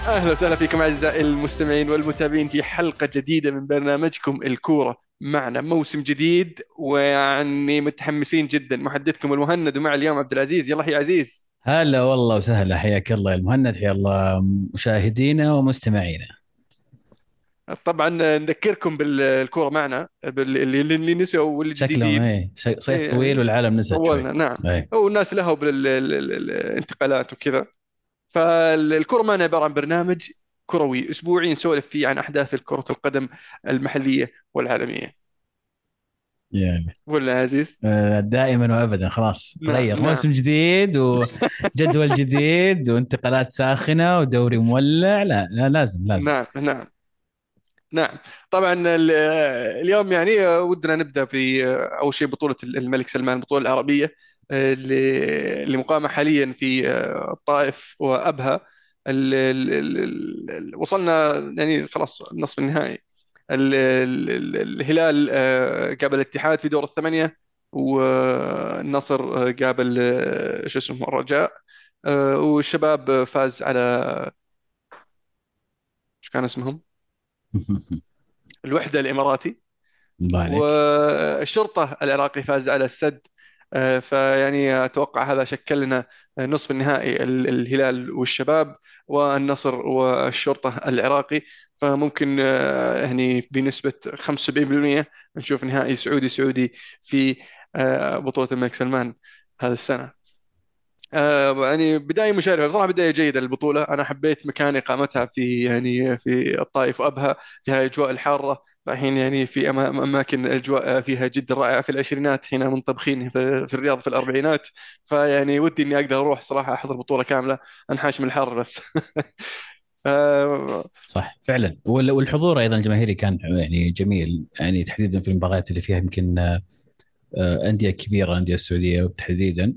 أهلا وسهلا فيكم أعزائي المستمعين والمتابعين في حلقة جديدة من برنامجكم الكورة معنا موسم جديد، ويعني متحمسين جدا. محدثكم المهند، ومع اليوم عبد العزيز. يلا يا عزيز. هلا والله وسهلا، حياك الله يا المهند، حيا الله مشاهدينا ومستمعينا. طبعا نذكركم بالكورة معنا، اللي نسوا واللي شكلهم جديدين. صيف إيه طويل يعني والعالم نسد شوي. طولنا، نعم. اي. والناس لهوا بالانتقالات وكذا. فالكرة معنا عبارة عن برنامج كروي أسبوعي نسولف فيه عن أحداث كرة القدم المحلية والعالمية. يعني ولا يا عزيز؟ دائما وابدا، خلاص نعم تغير نعم. موسم جديد وجدول جديد وانتقالات ساخنه ودوري مولع. لا, لا لازم لازم. نعم نعم نعم. طبعا اليوم يعني ودنا نبدا في اول شيء بطوله الملك سلمان، البطوله العربيه اللي مقامه حاليا في الطائف وابها. وصلنا يعني خلاص نصف النهائي. الهلال قابل الاتحاد في دور الثمانيه، والنصر قابل شو اسمه الرجاء. والشباب فاز على شو كان اسمهم، الوحده الاماراتي. الله عليك. والشرطة العراقي فاز على السد. فيعني أتوقع هذا شكل لنا نصف النهائي، الهلال والشباب والنصر والشرطة العراقي. فممكن يعني بنسبة 75% نشوف نهائي سعودي سعودي في بطولة الملك سلمان هذا السنة. يعني بداية مشرفة بصراحة، بداية جيدة للبطولة. أنا حبيت مكان إقامتها في يعني في الطائف وأبها، في هاي الأجواء الحارة. رايحين يعني في أماكن أجواء فيها جدا رائعة في العشرينات، حين منطبخين في الرياض في الأربعينات. فيعني ودي إني أقدر أروح صراحة أحضر بطولة كاملة، أنحاش من الحر بس. آه، صح فعلا، والحضور ايضا الجماهيري كان يعني جميل، يعني تحديدا في المباريات اللي فيها يمكن انديه كبيره، انديه السعوديه تحديدا.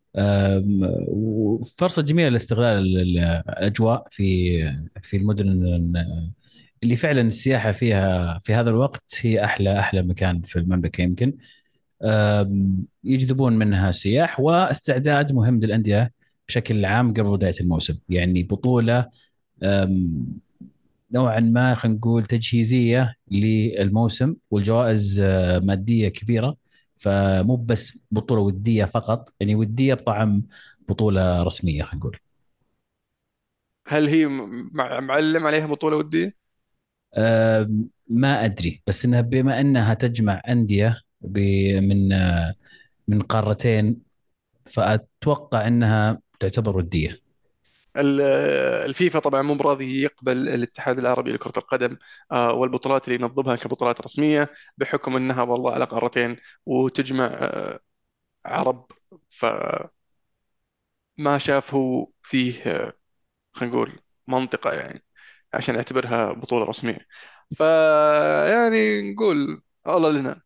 وفرصة جميلة لاستغلال الأجواء في المدن اللي فعلا السياحة فيها في هذا الوقت هي أحلى مكان في المملكة يمكن. يجذبون منها سياح، واستعداد مهم للأندية بشكل عام قبل بداية الموسم، يعني بطولة أم، نوعا ما خلينا نقول تجهيزيه للموسم، والجوائز ماديه كبيره. فمو بس بطوله وديه فقط، يعني وديه بطعم بطوله رسميه خلينا نقول. هل هي معلم عليها بطولة ودية؟ ما ادري، بس انها بما انها تجمع انديه من من قارتين، فاتوقع انها تعتبر وديه. ال- الفيفا طبعا مو براضي يقبل الاتحاد العربي لكرة القدم والبطولات اللي ينظمها كبطولات رسمية، بحكم انها والله على قارتين وتجمع عرب. فما شاف هو فيه خلينا نقول منطقة يعني عشان يعتبرها بطولة رسمية. فيعني نقول الله لنا.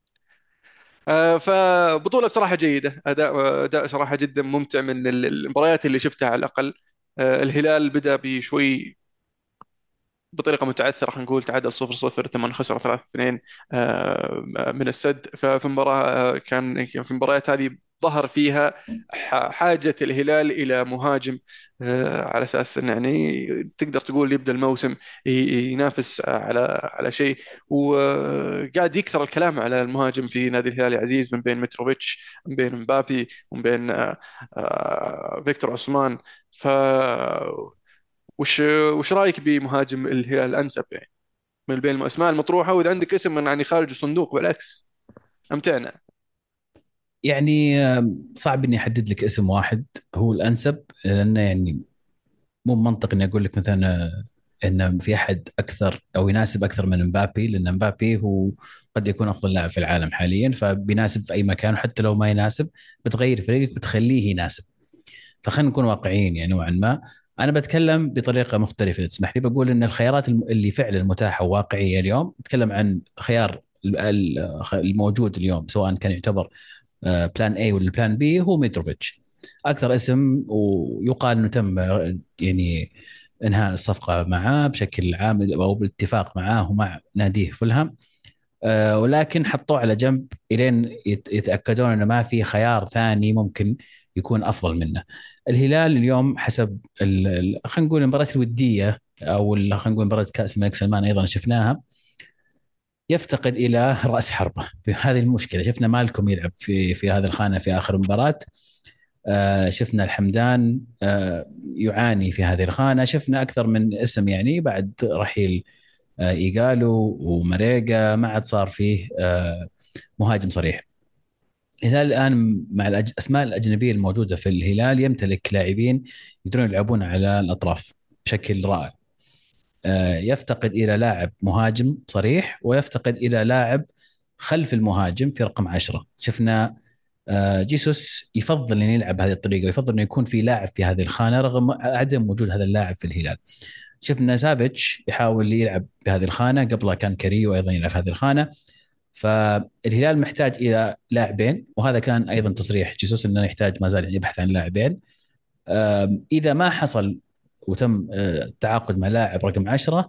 فبطولة بصراحة جيدة، أداء صراحة جدا ممتع من المباريات اللي شفتها على الأقل. الهلال بدأ بشوي بطريقه متعثره، خلينا نقول تعادل 0-0 ثم خسر 3-2 من السد. ففي مباراه كان في المباريات هذه ظهر فيها حاجه الهلال الى مهاجم، على اساس انه يعني تقدر تقول يبدا الموسم ينافس على شيء. وقاعد يكثر الكلام على المهاجم في نادي الهلال العزيز، من بين متروفيتش، من بين مبابي، ومن بين فيكتور عثمان. ف وش وش رايك بمهاجم الهلال الانسب يعني من بين الاسماء المطروحه، واذا عندك اسم من يعني خارج الصندوق بالعكس امتعنا. يعني صعب اني احدد لك اسم واحد هو الانسب، لانه يعني مو منطق اني اقول لك مثلا ان في احد اكثر او يناسب اكثر من مبابي، لان مبابي هو قد يكون افضل لاعب في العالم حاليا، فبيناسب في اي مكان، وحتى لو ما يناسب بتغير فريقك بتخليه يناسب. فخلينا نكون واقعيين يعني نوعا ما. انا بتكلم بطريقه مختلفه اذا تسمح لي، بقول ان الخيارات اللي فعلا متاحه وواقعيه اليوم، نتكلم عن خيار الموجود اليوم، سواء كان يعتبر بلان اي ولا بلان بي، هو ميتروفيتش اكثر اسم. ويقال انه تم يعني انهاء الصفقه معاه بشكل عام او بالاتفاق معاه ومع ناديه فولهام. ولكن حطوه على جنب الين يتاكدون انه ما في خيار ثاني ممكن يكون افضل منه. الهلال اليوم حسب خلينا نقول المباراه الوديه او خلينا نقول مباراه كاس الملك سلمان ايضا شفناها، يفتقد الى راس حربه. هذه المشكله. شفنا مالكم يلعب في هذه الخانه في اخر مباراه. شفنا الحمدان يعاني في هذه الخانه. شفنا اكثر من اسم يعني بعد رحيل ايجالو وماريجا ما عاد صار فيه مهاجم صريح. الهلال الان مع الاسماء الاجنبيه الموجوده في الهلال يمتلك لاعبين يقدرون يلعبون على الاطراف بشكل رائع. يفتقد الى لاعب مهاجم صريح، ويفتقد الى لاعب خلف المهاجم في رقم 10. شفنا جيسوس يفضل انه يلعب بهذه الطريقه، ويفضل انه يكون في لاعب في هذه الخانه رغم عدم وجود هذا اللاعب في الهلال. شفنا سافيتش يحاول يلعب بهذه الخانه، قبله كان كاريو ايضا يلعب في هذه الخانه. فالهلال محتاج الى لاعبين، وهذا كان ايضا تصريح جيسوس انه يحتاج ما زال يبحث عن لاعبين. اذا ما حصل وتم التعاقد مع لاعب رقم 10،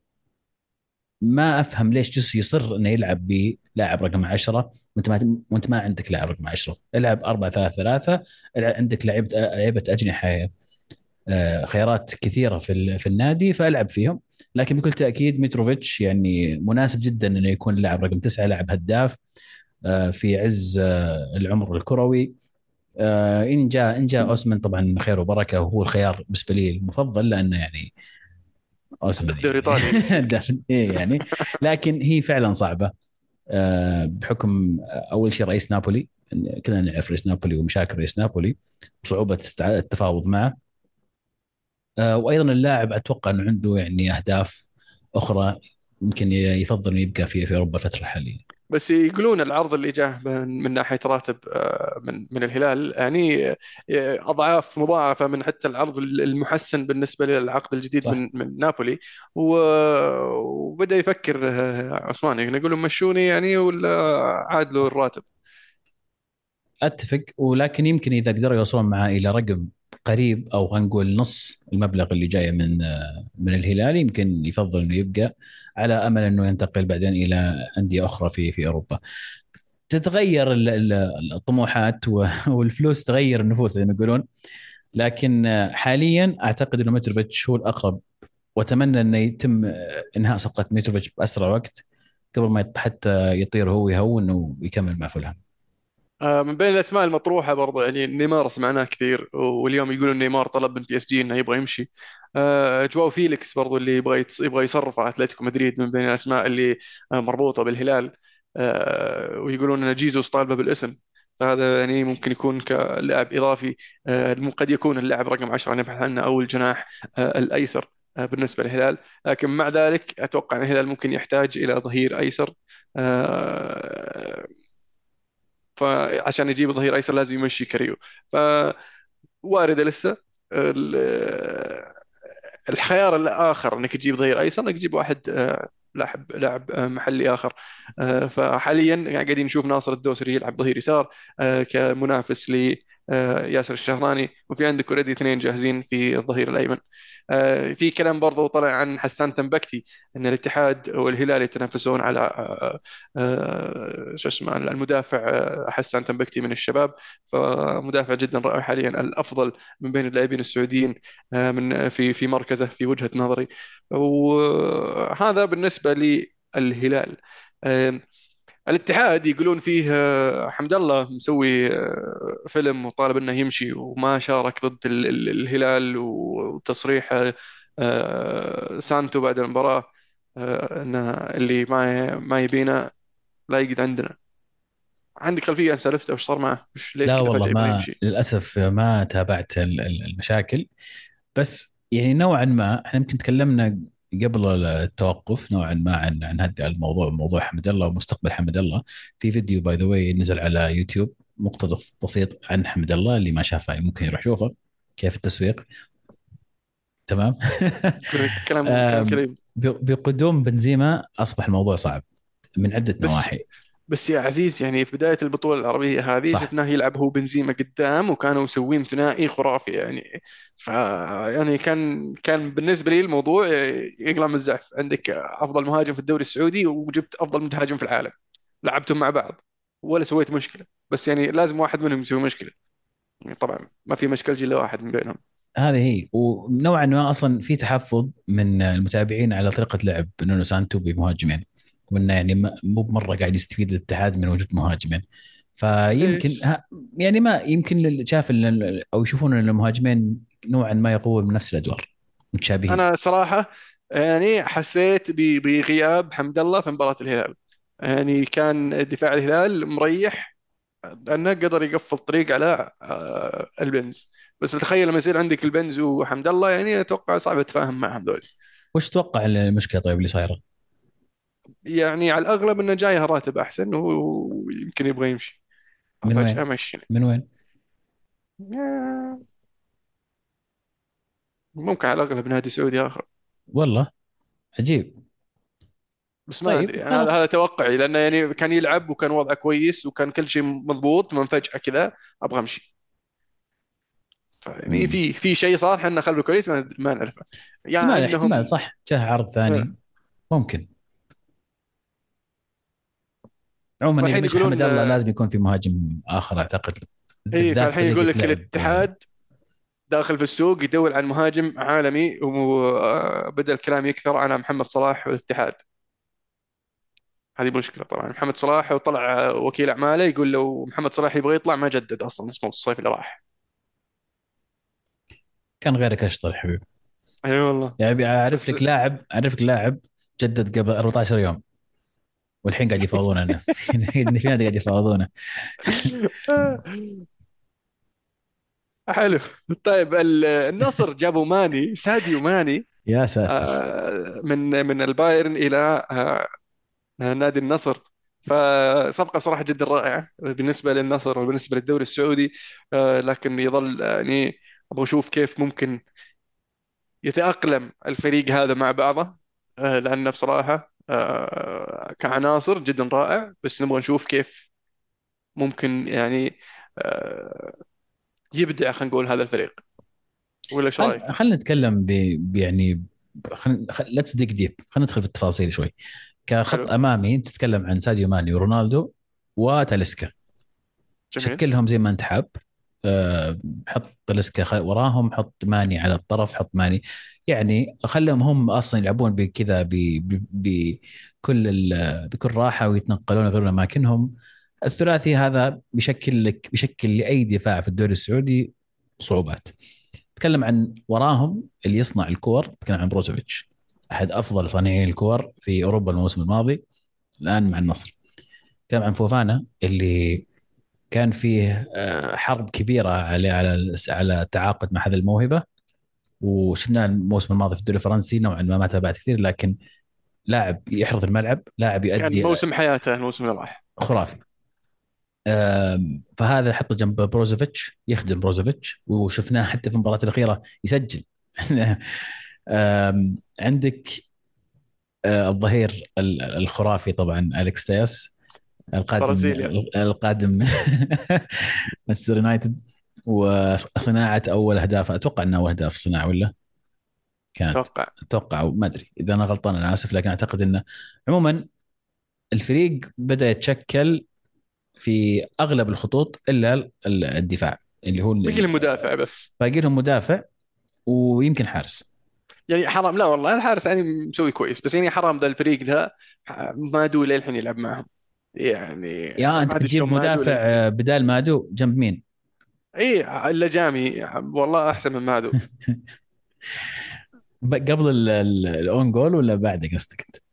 ما افهم ليش جيسوس يصر انه يلعب بلاعب رقم 10 وانت ما عندك لاعب رقم 10. العب 4-3-3. عندك لعيبه اجنحه خيارات كثيره في النادي، فالعب فيهم. لكن بكل تاكيد متروفيتش يعني مناسب جدا انه يكون لاعب رقم 9، لاعب هداف في عز العمر الكروي. ان جاء اوسمن طبعا خير وبركه، وهو الخيار بالنسبه لي المفضل، لانه يعني اوسمن الدوري يعني الايطالي إيه يعني. لكن هي فعلا صعبه بحكم اول شيء رئيس نابولي. كلنا نعرف رئيس نابولي ومشاكل رئيس نابولي وصعوبه التفاوض معه. وايضا اللاعب اتوقع انه عنده يعني اهداف اخرى، يمكن يفضل انه يبقى في اوروبا الفتره الحاليه. بس يقولون العرض اللي جاه من ناحيه راتب من الهلال يعني اضعاف مضاعفه من حتى العرض المحسن بالنسبه للعقد الجديد صح. من نابولي. وبدا يفكر عثماني يقولون مشوني يعني ولا عادلوا صح الراتب. اتفق، ولكن يمكن اذا قدروا يوصلون معاه الى رقم قريب، او خلينا نقول نص المبلغ اللي جاي من الهلال، يمكن يفضل انه يبقى، على امل انه ينتقل بعدين الى انديه اخرى في اوروبا. تتغير الطموحات والفلوس تغير النفوس زي ما يقولون. لكن حاليا اعتقد انه متروفيتش هو الاقرب، واتمنى انه يتم انهاء صفقه متروفيتش باسرع وقت قبل ما حتى يطير هو ويهون ويكمل مع فولهام. من بين الاسماء المطروحه برضو يعني نيمار سمعناه كثير، واليوم يقولون نيمار طلب من بي اس جي انه يبغى يمشي. جواو فيليكس برضو اللي يبغى يصرف على اتلتيكو مدريد من بين الاسماء اللي مربوطه بالهلال. ويقولون ان جيزوس طالبه بالاسم، فهذا يعني ممكن يكون كلاعب اضافي. قد يكون اللاعب رقم 10 نبحث عنه او الجناح الايسر بالنسبه للهلال. لكن مع ذلك اتوقع ان الهلال ممكن يحتاج الى ظهير ايسر. آه، فعشان يجيب ظهير ايسر لازم يمشي كاريو. فوارده لسه. ال- الخيار الاخر انك تجيب ظهير ايسر انك تجيب واحد لاعب محلي اخر. فحاليا قاعدين نشوف ناصر الدوسري يلعب ظهير يسار كمنافس ل ياسر الشهراني، وفي عندك اوريدي اثنين جاهزين في الظهير الايمن. في كلام برضو طلع عن حسان تنبكتي ان الاتحاد والهلال يتنافسون على شو اسمه المدافع حسان تنبكتي من الشباب. فمدافع جدا رائع حاليا، الافضل من بين اللاعبين السعوديين من في مركزه في وجهة نظري. وهذا بالنسبة للهلال. آم، الاتحاد يقولون فيه حمد الله مسوي فيلم وطالب انه يمشي وما شارك ضد الهلال، وتصريح سانتو بعد المباراة انه اللي ما يبينا لا يقعد عندنا. عندك خلفية عن سالفته وش صار معه؟ ليش لا كذا والله، فجأة يبغى ما يمشي؟ للاسف ما تابعت المشاكل. بس يعني نوعا ما احنا يمكن تكلمنا قبل التوقف نوعا ما عن هذا الموضوع، موضوع حمد الله ومستقبل حمد الله. في فيديو باي ذا واي نزل على يوتيوب مقتطف بسيط عن حمد الله، اللي ما شافه ممكن يروح يشوفه، كيف التسويق. تمام. كلام كريم. بقدوم بنزيما اصبح الموضوع صعب من عده بس نواحي. بس يا عزيز يعني في بداية البطولة العربية هذه صح. شفناه يلعب هو بنزيما قدام، وكانوا مسوين ثنائي خرافي يعني. ف يعني كان بالنسبة لي الموضوع يقلع من الزحف. عندك أفضل مهاجم في الدوري السعودي وجبت أفضل مهاجم في العالم، لعبتهم مع بعض ولا سويت مشكلة. بس يعني لازم واحد منهم يسوي مشكلة. يعني طبعا ما في مشكلة إلا واحد من بينهم. هذه هي. ونوعا ما اصلا في تحفظ من المتابعين على طريقه لعب نونو سانتو بمهاجمين، وانه يعني مو بمره قاعد يستفيد الاتحاد من وجود مهاجمين. فيمكن ليش؟ يعني ما يمكن شاف او يشوفون ان المهاجمين نوعا ما يقومون بنفس الادوار، متشابهين. انا صراحه يعني حسيت بغياب حمد الله في مباراه الهلال. يعني كان دفاع الهلال مريح لانه قدر يقفل طريق على البنز. بس تخيل لما يصير عندك البنز وحمد الله، يعني اتوقع صعب اتفاهم معهم ذول. وش تتوقع المشكله طيب اللي صايره؟ يعني على الاغلب انه جايه راتب احسن ويمكن يبغى يمشي، من فجاه وين؟ مشي. من وين؟ ممكن على الاغلب نادي سعودي اخر. والله عجيب. بس ما طيب ادري، يعني هذا خلاص. توقعي، لانه يعني كان يلعب وكان وضعه كويس وكان كل شيء مضبوط، من فجأة كذا ابغى امشي. فيعني مم. في شيء صار احنا خلفه كويس ما نعرفه. يا احتمال احتمال انهم صح، جاه عرض ثاني. ممكن. عموما اللي والحين مشي حمد يقولون الله لازم يكون في مهاجم اخر اعتقد، اي، ذات فالحين يقول طريقه لك لعب. الاتحاد داخل في السوق يدور عن مهاجم عالمي، وبدأ الكلام يكثر على محمد صلاح والاتحاد. هذه مشكلة طبعا. محمد صلاح وطلع وكيل أعماله يقول لو محمد صلاح يبغى يطلع ما جدد أصلا اسمه الصيف اللي راح. كان غيرك اشطر يا حبيبي. اي والله. يعني بس اعرف لك لاعب جدد قبل 14 يوم والحين قاعد يفاوضون عنه. في نادي قاعد يفاوضونه. حلو. طيب النصر جابوا ماني، ساديو ماني، يا ساتر. من البايرن إلى نادي النصر. فصفقة بصراحة جدا رائعة بالنسبة للنصر وبالنسبة للدوري السعودي. لكن يظل يعني أبغى أشوف كيف ممكن يتأقلم الفريق هذا مع بعضه. لأنه بصراحة كعناصر جدا رائع، بس نبغى نشوف كيف ممكن يعني يبدع، خلينا نقول هذا الفريق. ولا ايش رايك؟ خلينا نتكلم يعني ليتس ديك ديب، خلينا ندخل في التفاصيل شوي. حلو. كخط امامي تتكلم عن ساديو ماني ورونالدو وتاليسكا. جميل. شكلهم زي ما انت حاب. حط تاليسكا وراهم، حط ماني على الطرف، حط ماني. يعني خلهم هم اصلا يلعبون بكذا بكل راحه ويتنقلون يغيرون اماكنهم. الثلاثي هذا بيشكل لاي دفاع في الدوري السعودي صعوبات. تكلم عن وراهم اللي يصنع الكور، تكلم عن بروزوفيتش، احد افضل صانعي الكور في اوروبا الموسم الماضي، الان مع النصر. تكلم عن فوفانا اللي كان فيه حرب كبيره على التعاقد مع هذه الموهبه، وشفناه الموسم الماضي في الدوري الفرنسي نوعا ما تابعت كثير، لكن لاعب يحرث الملعب، لاعب كان يؤدي موسم حياته الموسم اللي راح. خرافي. فهذا حطه جنب بروزوفيتش، يخدم بروزوفيتش، وشفناه حتى في المباراه الاخيره يسجل. عندك الظهير الخرافي طبعا اليكس تياس، القادم برازيليا. القادم مانشستر يونايتد. وصناعه اول اهداف، اتوقع انه اول اهداف صناعه ولا كانت، اتوقع. اتوقع او ما ادري اذا انا غلطان انا اسف، لكن اعتقد انه عموما الفريق بدا يتشكل في اغلب الخطوط الا الدفاع اللي هو بقي المدافع بس. باقي لهم مدافع ويمكن حارس. يعني حرام، لا والله الحارس يعني مسوي كويس، بس يعني حرام ذا الفريق ذا ما دو للحين يلعب معهم. يعني يا ما انت ادري شلون بتجيب ما دو مدافع للحين. بدال مادو جنب مين؟ اي الا جامي والله احسن من مادو. قبل الاون جول ولا بعده قصدك انت؟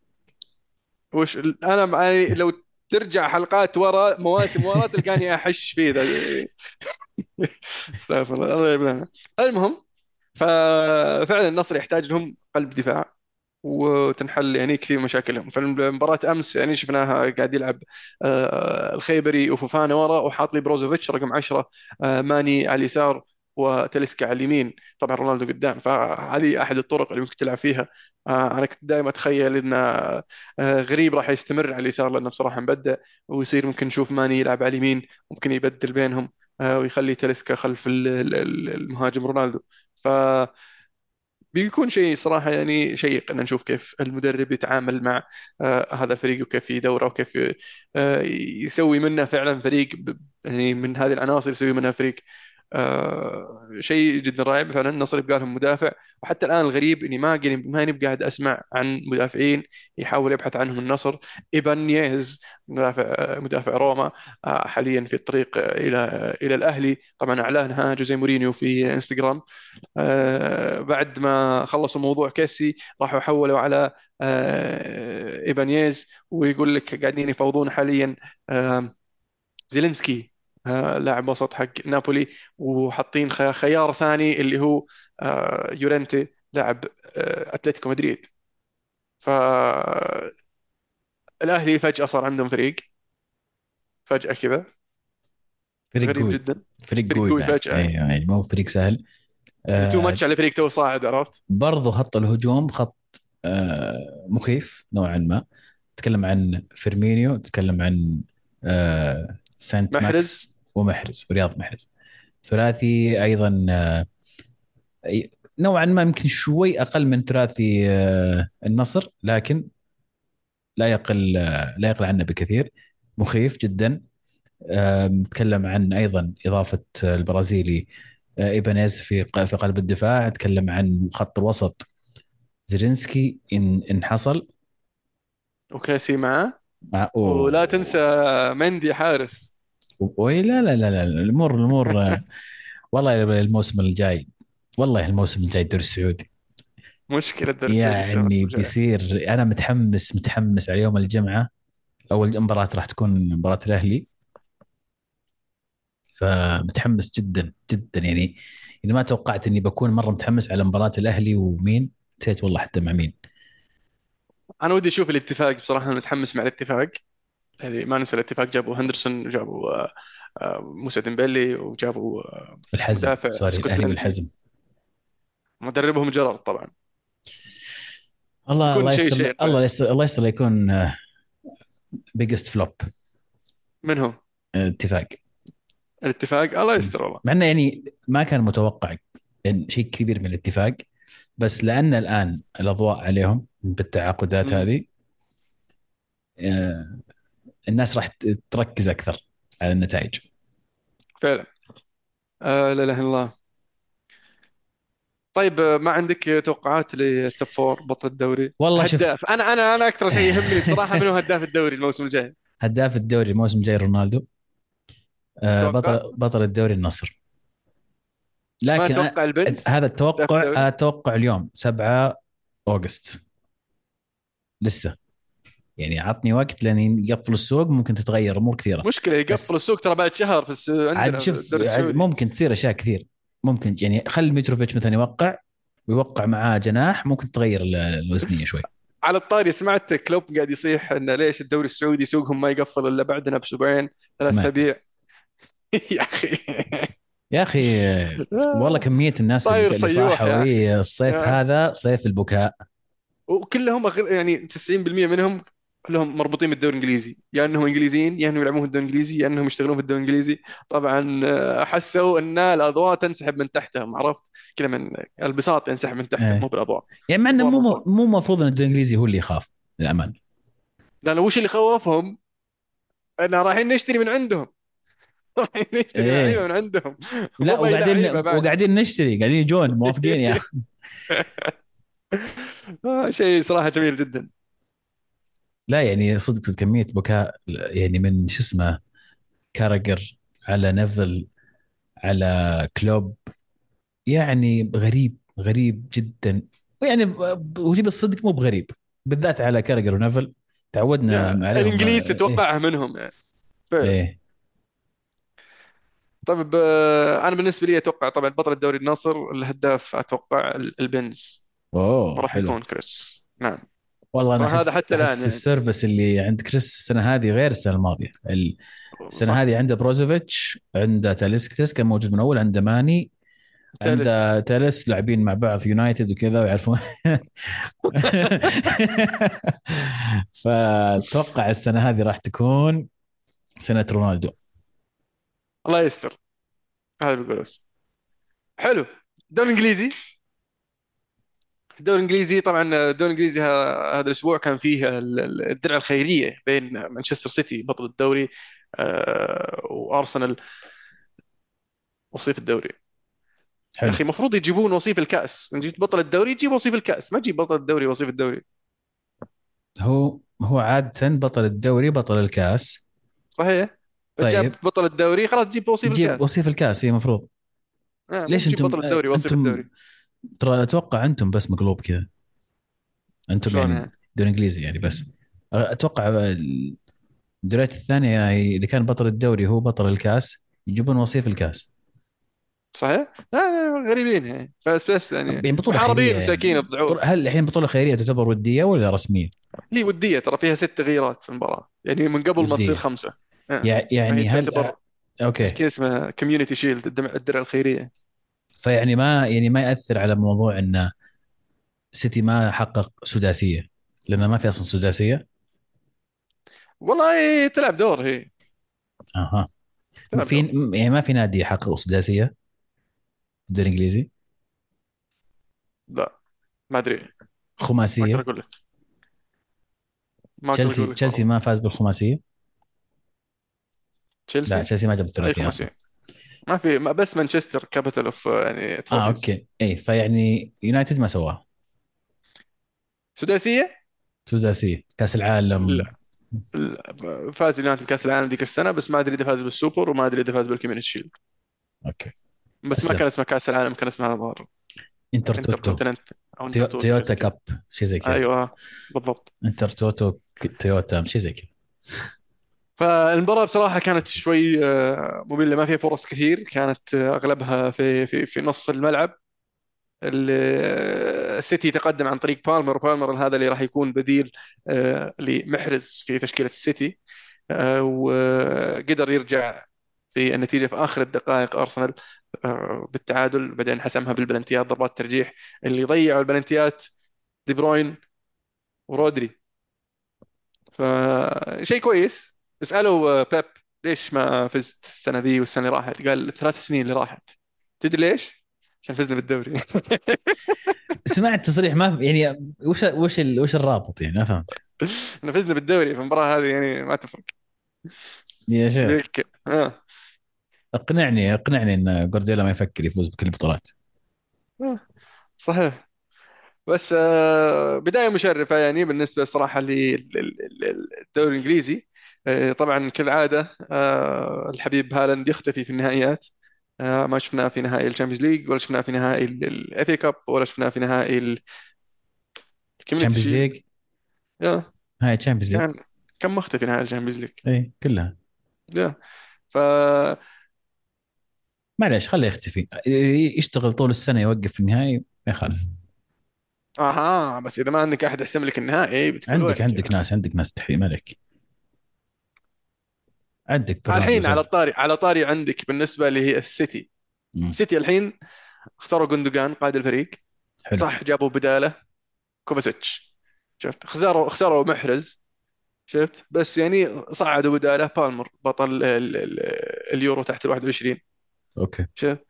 انا يعني لو ترجع حلقات ورا، مواسم ورا، تلقاني احش فيه ذا. استغفر الله، الله يبلعنا. المهم، ففعلا النصر يحتاج لهم قلب دفاع وتنحل يعني كثير مشاكلهم. فالمباراة أمس يعني شفناها قاعد يلعب الخيبري وفوفانا ورا، وحاط لي بروزوفيتش رقم 10، ماني على اليسار، وتلسكا على اليمين، طبعا رونالدو قدام. فهذه أحد الطرق اللي ممكن تلعب فيها. أنا كنت دائما أتخيل أن غريب راح يستمر على اليسار لأنه بصراحة مبدع، ويصير ممكن نشوف ماني يلعب على اليمين، ممكن يبدل بينهم، ويخلي تلسكا خلف المهاجم رونالدو. ف بيكون شيء صراحة يعني شيق أن نشوف كيف المدرب يتعامل مع هذا الفريق، وكيف يدوره، وكيف يسوي منه فعلا فريق يعني من هذه العناصر يسوي منها فريق شيء جدا رائع فعلا. النصر يبقى لهم مدافع. وحتى الان الغريب اني ماني قاعد اسمع عن مدافعين يحاول يبحث عنهم النصر. ايبانييز مدافع روما حاليا في الطريق الى الاهلي. طبعا اعلنها جوزيه مورينيو في انستغرام. بعد ما خلصوا موضوع كيسي راحوا حولوا على إيبانييز. ويقول لك قاعدين يفاوضون حاليا زيلينسكي لاعب وسط حق نابولي. وحاطين خيار ثاني اللي هو يورنتي لاعب أتلتيكو مدريد. فالأهلي فجأة صار عندهم فريق فجأة كذا. فريق غريب قوي، جدا. فريق فريق قوي قوي بعد، فجأة. يعني مو فريق سهل. يعني تو آه ماتش على فريق تو صاعد، عرفت. برضو خط الهجوم خط مخيف نوعا ما. تتكلم عن فيرمينيو، تتكلم عن سانت ماكس محرز. ومحرز ورياض محرز. ثلاثي ايضا نوعا ما يمكن شوي اقل من ثلاثي النصر، لكن لا يقل عنه بكثير. مخيف جدا. نتكلم عن ايضا اضافه البرازيلي ايبانيز في قلب الدفاع. نتكلم عن خط الوسط زيلينسكي ان حصل وكاسي معاه. مع ولا تنسى مندي حارس. لا لا لا لا، الامور والله الموسم الجاي، والله الموسم الجاي الدوري السعودي مشكلة الدوري السعودي يصير الموسم يعني الجاي. بيصير. انا متحمس على يوم الجمعه. اول مباراه راح تكون مباراه الاهلي، فمتحمس جدا جدا يعني. يعني ما توقعت اني بكون مره متحمس على مباراه الاهلي ومين، نسيت والله حتى مع مين. انا ودي اشوف الاتفاق بصراحة. انا متحمس مع الاتفاق. يعني ما ننسى الاتفاق، جابوا هندرسون وجابوا موسى ديمبélé وجابوا الحزم، مدافع سوري، الاهلي اسكتلندي. والحزم. مدربهم جيرارد طبعا. الله يكون شيء يستر، شيء رائع. الله يستر لا يكون بيجست فلوب منهم اتفاق. الاتفاق. الله يستر والله. مع انه يعني ما كان متوقع ان شيء كبير من الاتفاق، بس لان الان الاضواء عليهم بالتعاقدات مم. هذه، آه، الناس راح تركز اكثر على النتائج. فعلا. لا اله الا الله. طيب ما عندك توقعات للتوب فور بطل الدوري؟ والله شوف. هداف. انا اكثر شيء يهمني بصراحة منو هداف الدوري الموسم الجاي. هداف الدوري الموسم الجاي رونالدو. تتوقع؟ بطل الدوري النصر. ما لكن اتوقع البنز هذا هداف التوقع، الدوري. اليوم 7 أغسطس لسه. يعني عطني وقت لين يقفل السوق، ممكن تتغير امور كثيره. مشكلة بس يقفل السوق ترى بعد شهر عاد عندنا في شوف، الدوري السعودي. ممكن تصير اشياء كثير. ممكن يعني خل متروفيتش مثلا يوقع، ويوقع معاه جناح، ممكن تغير الوزنيه شوي. على الطاري، سمعت كلوب قاعد يصيح انه ليش الدوري السعودي سوقهم ما يقفل الا بعدنا باسبوعين ثلاث سمعت. اسابيع. يا اخي. يا اخي والله كميه الناس صاير اللي صيوح صاحوا يا اخي. الصيف يا. هذا صيف البكاء. وكلهم يعني 90% منهم كلهم مربوطين بالدوري الانجليزي، يا انهم انجليزيين يا انهم يلعبون في الدوري الانجليزي يا انهم يشتغلون في الدوري الانجليزي. طبعا حسوا ان الاضواء تنسحب من تحتهم، عرفت كذا، من البساط ينسحب من تحتهم مو ايه. بالاضواء. يعني مع انه اضواء مرة. مو مفروض ان الدوري الانجليزي هو اللي يخاف للامانه. لانه وش اللي خوفهم؟ ان رايحين نشتري من عندهم. رايحين نشتري لعيبه ايه. من عندهم. مو لا، باي لعيبه بعد. وقاعدين نشتري، قاعدين يجون موافقين يا اخي. شيء صراحه جميل جدا. لا يعني صدق كميه بكاء، يعني من شو اسمه، كاراجر على نيفل على كلوب. يعني غريب، غريب جدا. ويعني وجيب الصدق مو بغريب، بالذات على كاراجر ونيفل، تعودنا عليهم. الانجليز ايه. تتوقعها منهم يعني. فعلا. ايه. طيب انا بالنسبه لي اتوقع طبعا بطل الدوري النصر. الهداف اتوقع البنز. ما اوه راح حلو. يكون كريس. نعم. والله انا طبعا هذا حتى الان احس يعني. السيرفس اللي عند كريس السنه هذه غير السنه الماضيه. السنه صح. هذه عنده بروزوفيتش، عنده تاليسكس كان موجود من اول، عنده ماني، ثالث. عنده تاليس، لاعبين مع بعض في يونايتد وكذا ويعرفون. فاتوقع السنه هذه راح تكون سنه رونالدو. الله يستر. هذا بيقول بس. حلو. الدوري الانجليزي. الدوري الانجليزي طبعا. الدوري الانجليزي هذا الاسبوع كان فيه الدرع الخيريه بين مانشستر سيتي بطل الدوري وارسنال. وصيف الدوري. يا حلو. اخي المفروض يجيبون وصيف الكاس، إن جيت بطل الدوري تجيب وصيف الكاس، ما تجيب بطل الدوري وصيف الدوري. هو عادة بطل الدوري بطل الكاس. صحيح. فجاب طيب بطل الدوري خلاص تجيب وصيف تجيب الكاس. وصيف الكاس، هي مفروض. مو ليش تجيب انتم بطل الدوري وصيف انتم الدوري. ترى اتوقع انتم بس مقلوب كذا، انتم شلون يعني يعني؟ دون انجليزي يعني بس. اتوقع الدوريات الثانيه يعني اذا كان بطل الدوري هو بطل الكاس يجيبون وصيف الكاس. صحيح. لا لا، غريبين يعني، بس يعني يعني بطوله خيريه محاربين يعني. مساكين الضعوف. هل الحين بطوله خيريه تعتبر وديه ولا رسميه؟ هي ودية ترى، فيها 6 تغييرات في المباراة يعني من قبل ما تصير وديه 5. فهي يعني هل تعتبر اوكي. عشان كذا اسمها كوميونتي شيلد، الدرع الخيرية. فيعني ما ياثر على موضوع ان سيتي ما حقق سداسيه، لان ما في اصلا سداسيه. والله تلعب دور هي. اها. تلعب في دور. يعني ما في نادي يحقق سداسيه في الدوري الانجليزي. لا، ما ادري. ما اقدر خماسيه. اقول لك. ما اقدر تشيلسي اقول لك تشيلسي والله. ما فاز بالخماسيه. لا تشيلسي. تشيلسي ما جاب اي الثلاثيه اصلا. خماسية. ما في، ما بس مانشستر كابيتال اوف يعني تروفيز. اوكي اي، فيعني يونايتد ما سواه سداسية. سداسيه كاس العالم. لا. فاز اليونايتد بكاس العالم ذيك السنة، بس ما ادري اذا فاز بالسوبر، وما ادري اذا فاز بالكوميونتي شيلد. اوكي. بس ما اسلم. كان اسمه كاس العالم، كان اسمها ظهر انتر انتر توتو. كونتيننت او انتر توتو شيء تويوتا زي كذا. كاب، شيء زي كذا. ايوه بالضبط. انتر توتو تويوتا شيء زي كذا. فالمباراة بصراحة كانت شوي مملة، ما فيها فرص كثير، كانت اغلبها في نص الملعب. السيتي تقدم عن طريق بالمر هذا اللي راح يكون بديل لمحرز في تشكيلة السيتي. وقدر يرجع في النتيجة في آخر الدقائق أرسنال بالتعادل، بعدين حسمها بالبلنتيات ضربات ترجيح. اللي ضيعوا البلنتيات دي بروين ورودري. فشيء كويس. اسألوا بيب ليش ما فزت السنة ذي والسنة اللي راحت، قال ال3 سنين اللي راحت. تدري ليش؟ عشان فزنا بالدوري. سمعت تصريح ما يعني وش الرابط يعني ما فهمت. احنا فزنا بالدوري في المباراة هذه يعني ما تفرق. يا ايش شيخ بيك اقنعني ان جوارديولا ما يفكر يفوز بكل البطولات. آه. صحيح. بس بداية مشرفة يعني بالنسبة بصراحة للدوري الإنجليزي. طبعا كالعادة الحبيب هالاند يختفي في النهائيات. ما شفناه في نهائي الشامبيونز ليج، ولا شفناه في نهائي الاف اي كاب، ولا شفناه في نهائي الكوميونتي تشامبيونز شيلد. ليج. يا هاي تشامبيونز ليج. كان كم مختفي نهائي الشامبيونز ليج. اي كلها. يا ف معليش خليه يختفي، يشتغل طول السنه يوقف في النهائي ما يخالف. اها، بس اذا ما عندك احد يحسم لك النهائي بتقول عندك وينك يا عندك اخي. ناس عندك ناس تحريم عليك. عندك برناردو الحين على سيلفا. الطاري، على طاري عندك بالنسبة اللي هي السيتي. مم. السيتي الحين اختاروا جوندوجان قائد الفريق. حلو. صح، جابوا بداله كوفاسيتش. شفت، خسروا محرز. شفت، بس يعني صعدوا بداله بالمر بطل اليورو تحت ال 21. اوكي. شفت.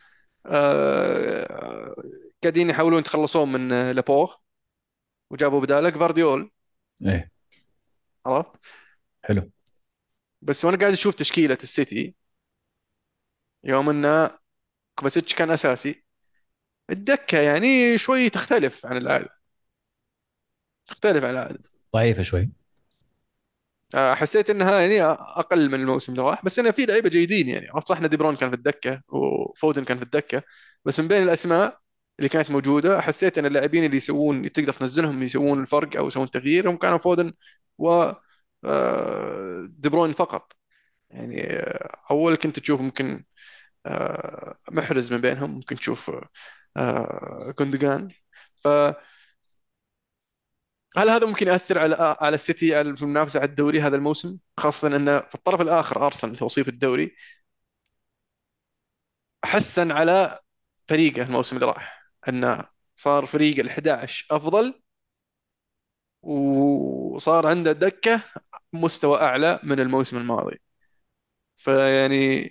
قاعدين يحاولون يتخلصون من لابوغ، وجابوا بداله فارديول. ايه. عرفت. حلو. بس وانا قاعد اشوف تشكيله السيتي، يوم ان كوفاسيتش كان اساسي، الدكه يعني شوي تختلف عن العاده. تختلف عن العاده. ضعيفه شوي. حسيت انها يعني اقل من الموسم اللي راح، بس انه في لعيبه جيدين يعني. عرفت، صح ان دي برون كان في الدكه وفودن كان في الدكه، بس من بين الاسماء اللي كانت موجوده حسيت ان اللاعبين اللي يسوون تقدر تنزلهم يسوون الفرق او يسوون تغيير هم كانوا فودن و دي بروين فقط. يعني اول كنت تشوف ممكن محرز من بينهم، ممكن تشوف جوندوجان. هل هذا ممكن يأثر على السيتي في المنافسة على الدوري هذا الموسم، خاصة أن في الطرف الآخر أرسنال في وصيف الدوري حسن على فريقه الموسم اللي راح، أنه صار فريق ال11 أفضل، وصار عنده دكة مستوى أعلى من الموسم الماضي. فيعني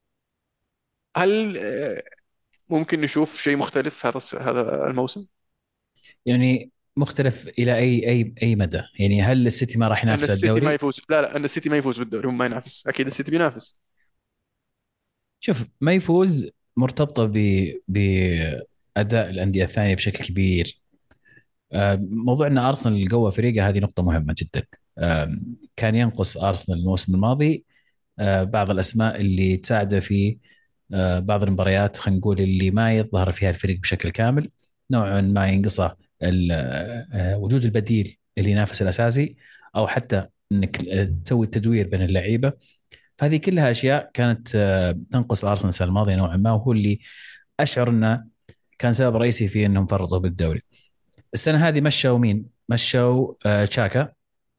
هل ممكن نشوف شيء مختلف هذا الموسم؟ يعني مختلف الى اي مدى؟ يعني هل السيتي ما راح أن ينافس على السيتي ما الدوري؟ يفوز، لا لا، أن السيتي ما يفوز بالدوري، هم ما ينافس، أكيد السيتي بينافس. شوف ما يفوز مرتبطه باداء الانديه الثانيه بشكل كبير. موضوع ان ارسنال قوى فريقه هذه نقطه مهمه جدا. كان ينقص ارسنال الموسم الماضي بعض الاسماء اللي تساعده في بعض المباريات، خلينا نقول اللي ما يظهر فيها الفريق بشكل كامل، نوعا ما ينقصه وجود البديل اللي ينافس الاساسي، او حتى انك تسوي التدوير بين اللعيبه. فهذه كلها اشياء كانت تنقص ارسنال السنه الماضيه نوعا ما، وهو اللي اشعر انه كان سبب رئيسي في انهم فرطوا بالدوري. السنه هذه مشوا مين؟ مشوا تشاكا.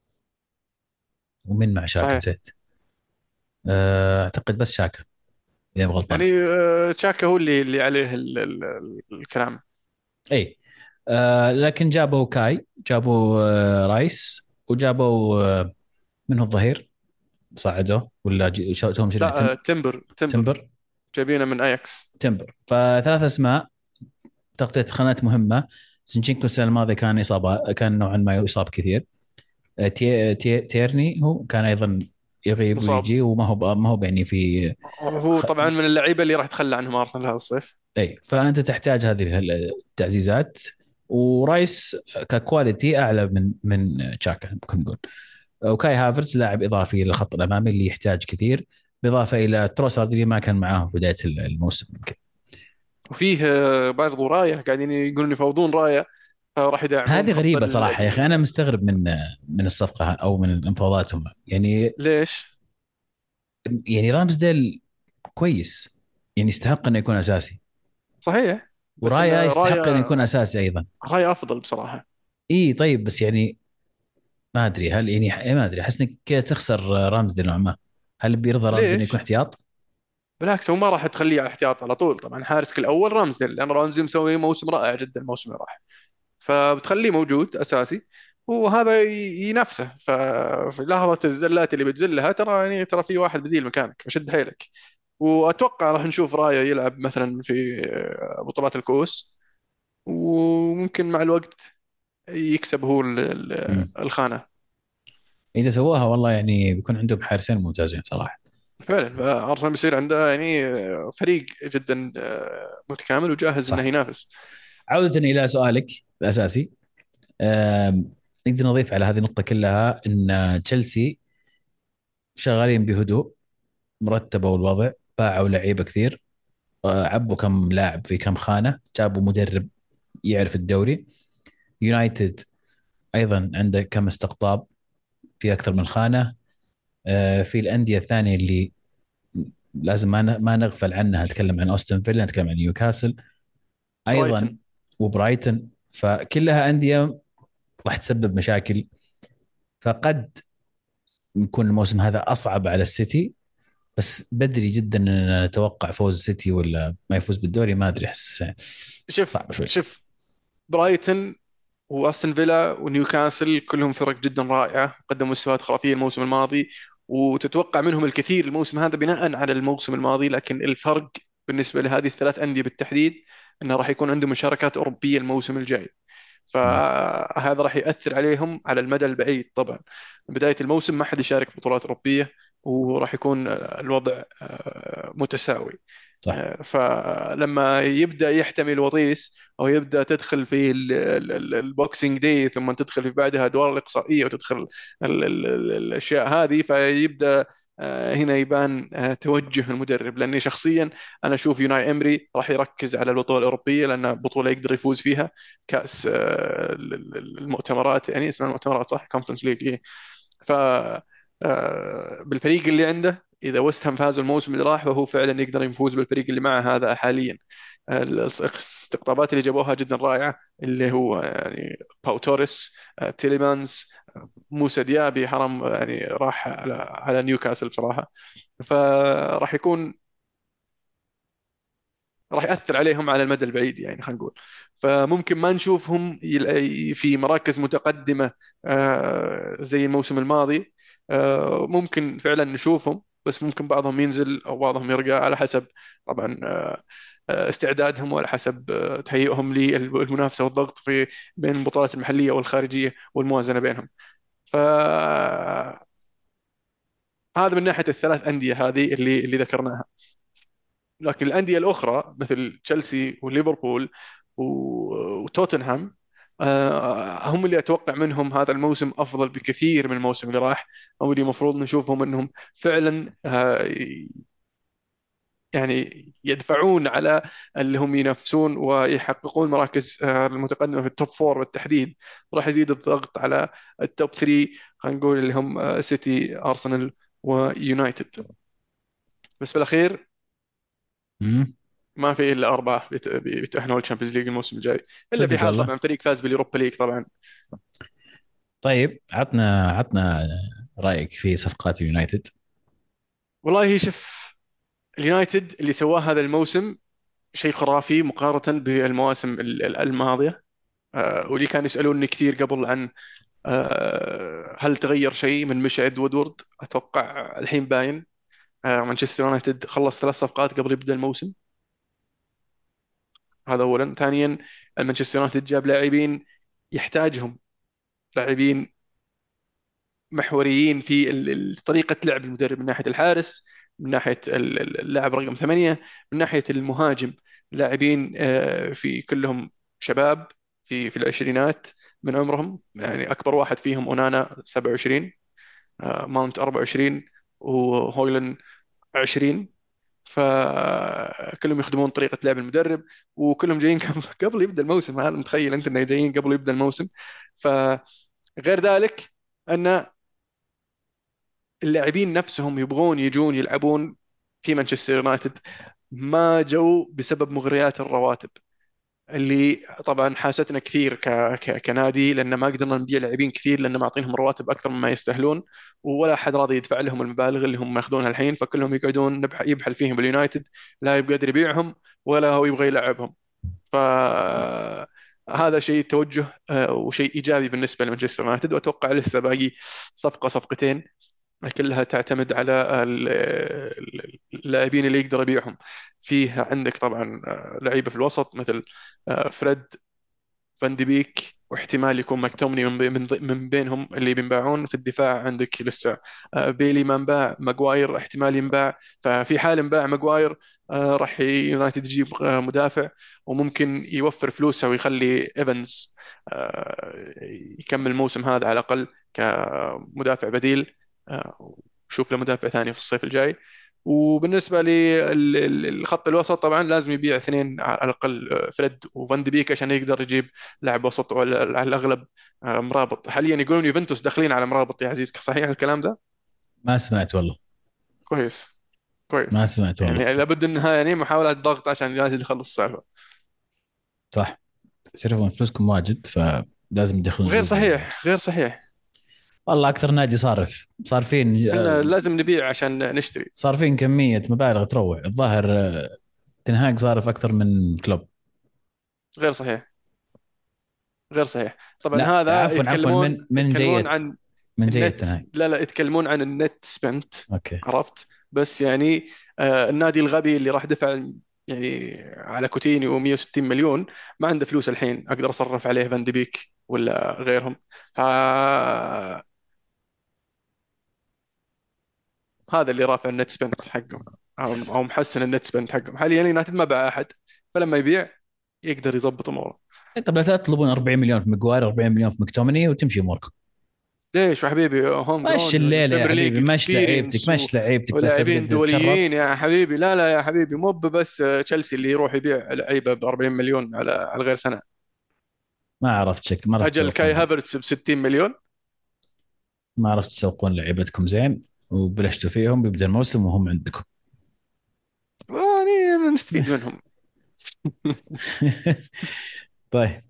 ومن مع شاكا صحيح. نسيت. اعتقد بس شاكا اذا مو غلطان. يعني تشاكا هو اللي عليه الكلام. اي. لكن جابوا كاي، جابوا رايس، وجابوا من هو الظهير صعدوه ولا توهم شرين لا تمبر تمبر. جايبينه من اياكس. تمبر، فثلاث اسماء تغطيه خانات مهمه. زنشينكو السنه الماضيه كان اصابه، كان نوعا ما يصاب كثير. تيرني هو كان ايضا يغيب مصاب. ويجي، وما هو يعني في هو طبعا من اللعيبه اللي راح تخلى عنهم ارسنال هذا الصيف. اي. فانت تحتاج هذه التعزيزات. ورايس ككواليتي اعلى من تشاكا ممكن نقول. وكاي هافرتز لاعب اضافي للخط الامامي اللي يحتاج كثير، بالاضافه الى تروسارد اللي ما كان معاه في بدايه الموسم يمكن. وفيه برضو رايه قاعدين يقولون يفاوضون رايه، راح يدعمون هذه خط غريبه صراحه يا اخي، انا مستغرب من الصفقه او من مفاوضاتهم يعني. ليش؟ يعني رامزديل كويس، يعني يستحق انه يكون اساسي. صحيح. بس ان ورايا يستحق انه رايه، يكون اساسي ايضا. رايه افضل بصراحه. اي طيب، بس يعني ما ادري هل يعني ما ادري، احس انك كذا تخسر رامزديل نوعا ما. هل بيرضى رامزديل يكون ليش؟ احتياط؟ بالعكس، هو ما راح تخليه على الاحتياط على طول. طبعا حارسك الاول رامزديل، لان رامزديل مسوي موسم رائع جدا الموسم اللي راح، فبتخليه موجود اساسي، وهذا ينافسه. ففي لحظه الزلات اللي بتزلها ترى، يعني ترى في واحد بديل مكانك، فشد حيلك. واتوقع راح نشوف رايا يلعب مثلا في بطولات الكؤوس، وممكن مع الوقت يكسب هو مم. الخانه. اذا سووها والله يعني بيكون عندهم حارسين ممتازين صراحه. فعلا ارسنال بيصير عنده يعني فريق جدا متكامل وجاهز انه صح. ينافس. عوده الى سؤالك الاساسي. نقدر نضيف على هذه النقطه كلها ان تشيلسي شغالين بهدوء، مرتبوا الوضع، باعوا لعيبه كثير، عبوا كم لاعب في كم خانه، جابوا مدرب يعرف الدوري. يونايتد ايضا عنده كم استقطاب في اكثر من خانه. في الانديه الثانيه اللي لازم ما نغفل عنها، نتكلم عن اوستن فيلا، نتكلم عن نيوكاسل ايضا، برايتن. وبرايتن. فكلها انديه راح تسبب مشاكل. فقد يكون الموسم هذا اصعب على السيتي، بس بدري جدا ان نتوقع فوز السيتي ولا ما يفوز بالدوري، ما ادري، احس شوف صعب شوي. شوف، برايتن واستون فيلا ونيوكاسل كلهم فرق جدا رائعه، قدموا مستويات خرافيه الموسم الماضي، وتتوقع منهم الكثير الموسم هذا بناء على الموسم الماضي. لكن الفرق بالنسبه لهذه الثلاث انديه بالتحديد انه راح يكون عندهم مشاركات اوروبيه الموسم الجاي، مم. فهذا راح ياثر عليهم على المدى البعيد. طبعا بدايه الموسم ما حد يشارك بطولات اوروبيه، وراح يكون الوضع متساوي. صح. فلما يبدا يحتمي الوطيس، او يبدا تدخل في البوكسينج دي، ثم تدخل في بعدها ادوار الاقصائيه، وتدخل الاشياء هذه، فيبدا هنا يبان توجه المدرب. لاني شخصيا انا اشوف يوناي امري راح يركز على البطوله الاوروبيه، لانها بطوله يقدر يفوز فيها. كاس المؤتمرات، يعني اسمها المؤتمرات صح، كونفرنس ليج. ف بالفريق اللي عنده، اذا وست هام فاز الموسم اللي راح، فهو فعلا يقدر يفوز بالفريق اللي معه هذا حاليا. الاستقطابات اللي جابوها جدا رائعه، اللي هو يعني باو توريس، تيليمانز، موسى ديابي حرام يعني راح على نيوكاسل بصراحه. فراح يكون، راح يأثر عليهم على المدى البعيد يعني، خلينا نقول. فممكن ما نشوفهم في مراكز متقدمة زي الموسم الماضي. ممكن فعلا نشوفهم، بس ممكن بعضهم ينزل أو بعضهم يرجع على حسب طبعا استعدادهم، وعلى حسب تهيئهم للمنافسة والضغط في بين البطولات المحلية والخارجية والموازنة بينهم. فهذا من ناحية الثلاث أندية هذه اللي ذكرناها. لكن الأندية الأخرى مثل تشيلسي وليفربول وتوتنهام، هم اللي أتوقع منهم هذا الموسم أفضل بكثير من الموسم اللي راح، أو اللي المفروض نشوفهم أنهم فعلا يعني يدفعون على اللي هم ينافسون ويحققون مراكز المتقدمة في التوب فور بالتحديد. راح يزيد الضغط على التوب 3، خلينا نقول اللي هم سيتي، أرسنال، ويونايتد. بس في الأخير مم. ما في الا اربعه بيتاهلون الشامبيونز ليج الموسم الجاي، الا في صدق حال والله. طبعا فريق فاز باليوروبا ليج طبعا. طيب عطنا رايك في صفقات اليونايتد. والله شوف، اليونايتد اللي سواه هذا الموسم شيء خرافي مقارنه بالمواسم الماضيه. واللي كانوا يسالوني كثير قبل عن هل تغير شيء من مشى وودورد، اتوقع الحين باين. مانشستر يونايتد خلص 3 صفقات قبل يبدا الموسم، هذا اولا. ثانيا، مانشستر يونايتد جاب لاعبين يحتاجهم، لاعبين محوريين في طريقة لعب المدرب، من ناحية الحارس، من ناحية اللاعب رقم 8، من ناحية المهاجم. لاعبين في كلهم شباب، في العشرينات من عمرهم، يعني أكبر واحد فيهم أونانا 27، ماونت 24، وهويلن 20. فكلهم يخدمون طريقة لعب المدرب، وكلهم جايين قبل يبدأ الموسم. هذا متخيل أنت أنه جايين قبل يبدأ الموسم؟ فغير ذلك أن اللاعبين نفسهم يبغون يجون يلعبون في مانشستر يونايتد، ما جو بسبب مغريات الرواتب اللي طبعا حاستنا كثير كنادي، لان ما قدرنا نبيع لاعبين كثير لان معطينهم رواتب اكثر مما يستاهلون، ولا احد راضي يدفع لهم المبالغ اللي هم ياخذونها الحين. فكلهم يقعدون يبحل فيهم اليونايتد، لا يبقى قادر يبيعهم ولا هو يبغى يلعبهم. فهذا شيء توجه وشيء ايجابي بالنسبه لمانشستر يونايتد. واتوقع لسه باقي صفقه صفقتين كلها تعتمد على اللاعبين اللي يقدر يبيعهم. فيه عندك طبعا لعيبه في الوسط مثل فريد، فان دي بيك، واحتمال يكون ماكتومني من بينهم اللي بينباعون. في الدفاع عندك لسه بيلي ما انباع، ماجواير احتمال ينباع. ففي حال انباع ماجواير راح يونايتد يجيب مدافع، وممكن يوفر فلوسه ويخلي ايفنز يكمل الموسم هذا على الاقل كمدافع بديل. وشوف له مدافع ثاني في الصيف الجاي. وبالنسبه للخط الوسط طبعا لازم يبيع اثنين على الاقل، فريد وفان دي بيك، عشان يقدر يجيب لاعب وسط على الاغلب مرابط. حاليا يقولون يوفنتوس داخلين على مرابط يا عزيز، صحيح الكلام ده؟ ما سمعت والله. كويس، ما كويس. سمعت والله. يعني لابد انها يعني محاولات ضغط عشان يونايتد يخلص السالفه. صح. تعرفون فلوسكم واجد فلازم تدخلون غير جزء. صحيح، غير صحيح. والله اكثر نادي صارفين احنا لازم نبيع عشان نشتري. صارفين كميه مبالغ تروع الظاهر. تنهاج صارف اكثر من كلوب. غير صحيح، غير صحيح. طبعا لا هذا عفوا يتكلمون من جيد. عن من جيد النت. تنهاج. لا لا، يتكلمون عن النت سبنت، اوكي. عرفت؟ بس يعني النادي الغبي اللي راح دفع يعني على كوتينيو 160 مليون ما عنده فلوس الحين اقدر اصرف عليه فان دي بيك ولا غيرهم. ها- هذا اللي رافع النت سبنت حقهم، أو محسن النت سبنت حقهم. حاليا يونايتد ما باع احد، فلما يبيع يقدر يضبط اموره. طب لا تطلبون 40 مليون في ماجواير، 40 مليون في مكتومني وتمشي اموركم. ليش يا حبيبي؟ هوم مش جراوند الليله يا البريمير حبيبي، ليج مش لعيبتك، اكسبيرينس مش لعيبتك بس ولاعبين تبي تتشرط. دوليين يا حبيبي. لا لا يا حبيبي، مو بس تشيلسي اللي يروح يبيع لعيبه ب 40 مليون على غير سنه. ما عرفت اجل كاي تسوقون. هافرتس ب 60 مليون. ما عرفت تسوقون لعيبتكم زين، وبلشتوا فيهم بيبدا الموسم وهم عندكم. يعني نستفيد منهم. طيب.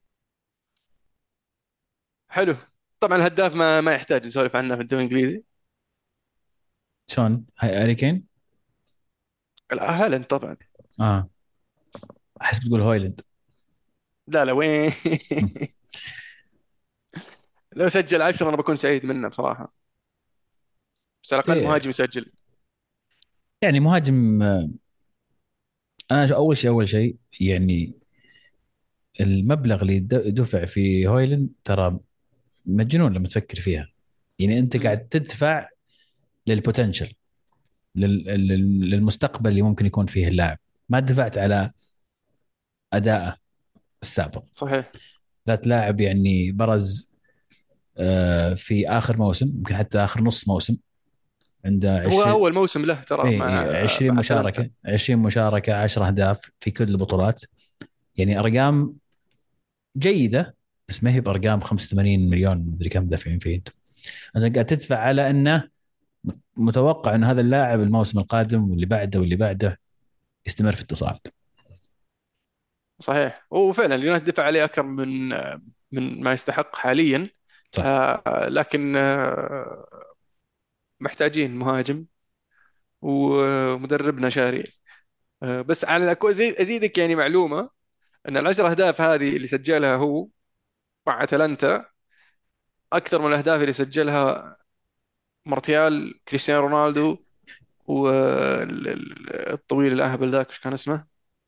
حلو. طبعا الهداف ما يحتاج نسولف عنه في الدوري الانجليزي. شلون هاي هاري كين؟ لا، هالاند طبعا. اه احس بتقول هويلند. لا لا، وين؟ لو سجل 10 انا بكون سعيد منه بصراحه، بس على الاقل إيه، مهاجم يسجل. يعني مهاجم. انا اول شيء يعني المبلغ اللي دفع في هويلند ترى مجنون لما تفكر فيها. يعني انت مم. قاعد تدفع للبوتنشل. للمستقبل اللي ممكن يكون فيه اللاعب. ما دفعت على ادائه السابق. صحيح. ذات لاعب يعني برز في اخر موسم، يمكن حتى اخر نص موسم، عنده هو 20. اول موسم له ترى مع 20 اتلانتا. مشاركه، 20 مشاركه، 10 اهداف في كل البطولات. يعني ارقام جيده، بس ما هي بارقام 85 مليون مدري كم دافعين فيه انت. انت قاعد تدفع على انه متوقع ان هذا اللاعب الموسم القادم واللي بعده واللي بعده يستمر في التصاعد. صحيح، وفعلا اليونايتد دفع عليه اكثر من ما يستحق حاليا. صح. لكن محتاجين مهاجم، ومدربنا شاري. بس على ازيدك يعني معلومه، ان العشر اهداف هذه اللي سجلها هو مع اتلانتا اكثر من الاهداف اللي سجلها مارتيال، كريستيانو رونالدو، والطويل الاهبل ذاك ايش كان اسمه،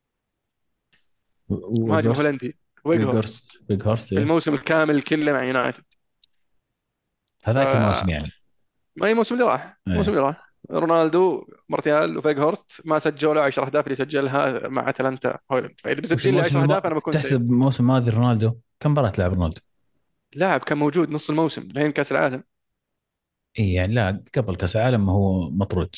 مهاجم ويغورست. هولندي، ويغهورست، ويغورست في الموسم الكامل كله مع يونايتد. ف هذاك الموسم يعني. ما هي الموسم اللي راح، الموسم ايه. اللي راح رونالدو، مارتيال، وفيغهورست ما سجلوا 10 اهداف اللي سجلها مع اتلانتا هولند. فاذا وش بسجل لي الموسم 10 اهداف انا بكون سيء. تحسب موسم ماضي رونالدو كم مباراة لعب رونالدو؟ لاعب كان موجود نص الموسم لين كاس العالم. اي يعني لا، قبل كاس العالم هو مطرود.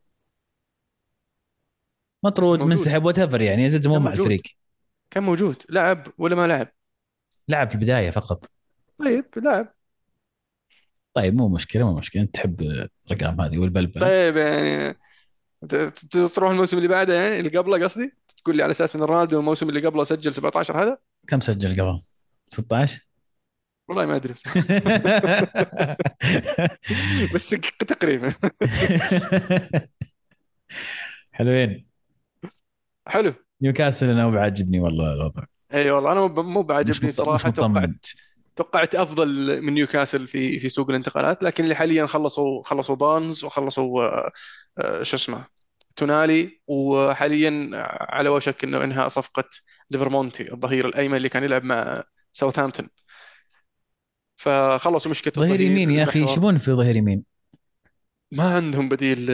مطرود موجود، منسحب وات ايفر، يعني يزد مو كان مع موجود، الفريق. كان موجود، لعب ولا ما لعب؟ لعب في البداية فقط. طيب لعب. طيب مو مشكلة، مو مشكلة، انت تحب الارقام هذه والبلبلة. طيب يعني تروح الموسم اللي بعده، يعني اللي قبله قصدي، تقول لي على اساس ان رونالدو الموسم اللي قبله سجل 17 هذا؟ كم سجل قبل؟ 16. والله ما ادري بصراحه. بس تقريبا. حلوين. حلو. نيوكاسل انا مو بعاجبني والله الوضع. اي والله انا مو مش بعجبني مش صراحه. مطمن. توقعت افضل من نيوكاسل في سوق الانتقالات، لكن اللي حاليا خلصوا بارنز، وخلصوا شو اسمه، تونالي، وحاليا على وشك انه انهاء صفقه ليفرمونتي الظهير الايمن اللي كان يلعب مع ساوثهامبتون. فخلصوا مشكله ظهير الظهير يمين يا اخي، المحور. يشبون في ظهير يمين. ما عندهم بديل.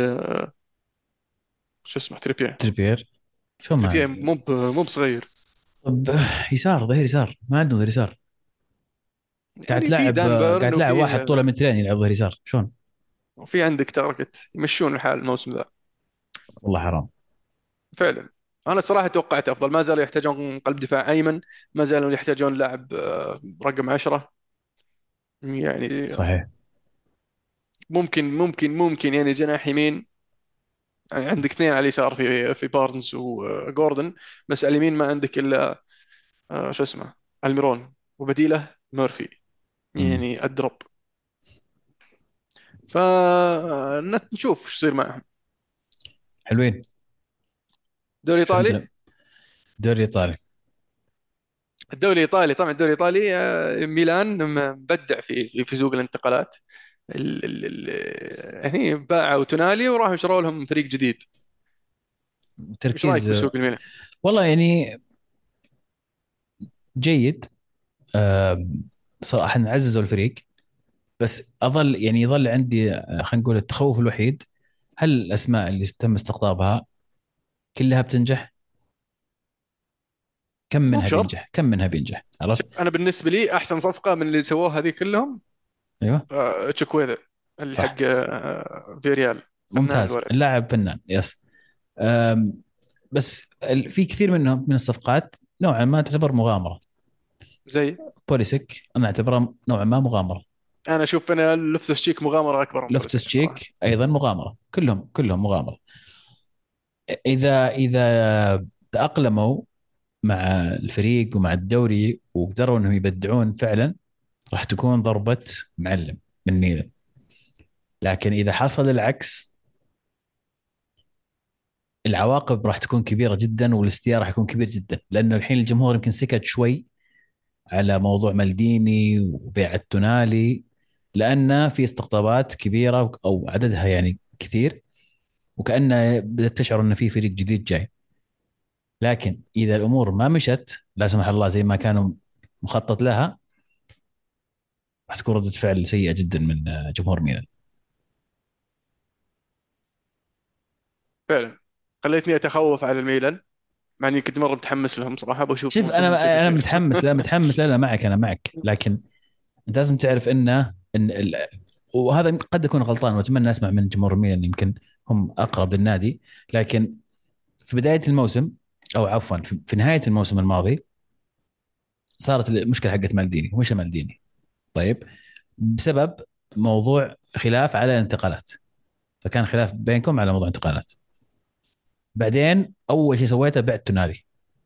شو اسمه، تريبيه. تريبير. شو ما تريبيه عنده. مو بصغير. طب يسار، ظهير يسار ما عندهم ظهير يسار. قاعد يعني في تلعب دان قاعد بيرن، تلعب واحد طوله مترين يلعب ظهير يسار شلون؟ وفي عندك تارجت يمشون الحال الموسم ذا. والله حرام. فعلا. انا صراحه توقعت افضل. ما زالوا يحتاجون قلب دفاع ايمن، ما زالوا يحتاجون لاعب رقم 10 يعني. صحيح. ممكن يعني جناح يمين. يعني عندك اثنين على اليسار في بارنز وجوردن، بس على اليمين ما عندك الا شو اسمه، الميرون، وبديله مurphy، امم. يعني الدروب. فنشوف ايش يصير معهم. حلوين. دوري شو ايطالي. عندنا؟ دوري ايطالي. الدوري الايطالي طبعا، الدوري الايطالي ميلان مبدع في سوق الانتقالات. يعني باعوا تونالي وراحوا شروا لهم فريق جديد. ايش رايك تركيز. بسوق الميلان؟ والله يعني جيد. آم، صراحة عززوا الفريق. بس اظل يعني يظل عندي خلينا نقول التخوف الوحيد. هل الاسماء اللي تم استقطابها كلها بتنجح؟ كم مو منها بشرط. بينجح؟ كم منها بينجح؟ عرفت؟ شوف انا بالنسبه لي احسن صفقه من اللي سووها هذه كلهم ايوه. تشيكويذا، اللي صح. حق فيريال. فنان ممتاز، الولد. اللاعب فنان، يس. أم، بس في كثير منهم من الصفقات نوعا ما تعتبر مغامره. زي، بوليسيك انا اعتبره نوعا ما مغامره. انا اشوف انا لوفتوس تشيك مغامره اكبر من لوفتس بوليسيك صراحه. تشيك ايضا مغامره، كلهم مغامره. اذا تاقلموا مع الفريق ومع الدوري وقدروا انهم يبدعون فعلا، راح تكون ضربه معلم من ميلان. لكن اذا حصل العكس، العواقب راح تكون كبيره جدا والاستياء راح يكون كبير جدا، لانه الحين الجمهور يمكن سكت شوي على موضوع مالديني وبيع التونالي، لأن في استقطابات كبيرة أو عددها يعني كثير، وكأنه بدأت تشعر أن في فريق جديد جاي. لكن إذا الأمور ما مشت لا سمح الله زي ما كانوا مخطط لها، راح تكون ردة فعل سيئة جدا من جمهور ميلان. فعلا خليتني اتخوف على الميلان، مع اني كنت مره متحمس لهم صراحه، بشوف شوف موسمهم كيف انا يصير. متحمس، لا متحمس، لا لا معك، انا معك، لكن انت لازم تعرف وهذا قد اكون غلطان، واتمنى اسمع من جمهور ميلان، يمكن هم اقرب للنادي. لكن في بدايه الموسم، او عفوا في نهايه الموسم الماضي، صارت المشكله حقت مالديني. ومشى مالديني، طيب، بسبب موضوع خلاف على الانتقالات. فكان خلاف بينكم على موضوع انتقالات. بعدين اول شيء سويته بعت تونالي.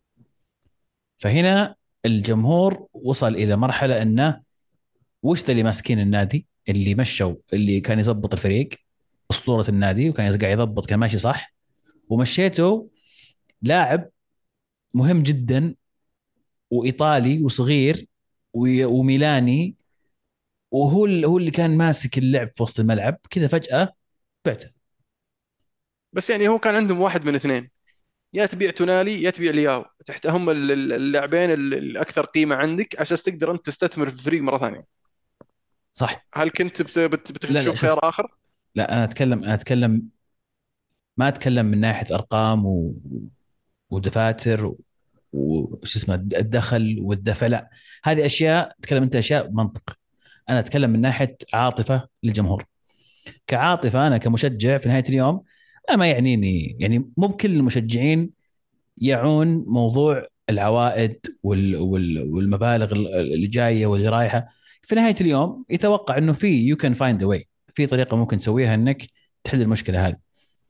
فهنا الجمهور وصل الى مرحله انه وش ذا اللي ماسكين النادي، اللي مشوا اللي كان يضبط الفريق، اسطوره النادي، وكان قاعد يضبط، كان ماشي صح، ومشيته لاعب مهم جدا، وايطالي وصغير وميلاني، هو اللي كان ماسك اللعب في وسط الملعب، كذا فجاه بعته. بس يعني هو كان عندهم واحد من اثنين، يا تبيع تونالي يا تبيع لياو، تحت هم اللاعبين الاكثر قيمه عندك عشان تقدر انت تستثمر في الفريق مره ثانيه. صح. هل كنت لا لا بتشوف خيار شوف، اخر؟ لا انا اتكلم ما اتكلم من ناحيه ارقام ودفاتر وش اسمه الدخل والدفع، لا، هذه اشياء تتكلم انت، اشياء منطق. انا اتكلم من ناحيه عاطفه للجمهور. كعاطفه انا كمشجع في نهايه اليوم، انا ما يعنيني، يعني مو بكل المشجعين يعون موضوع العوائد والمبالغ اللي جايه واللي رايحه. في نهايه اليوم يتوقع انه في يو كان فايند ا واي، في طريقه ممكن تسويها انك تحل المشكله هذه.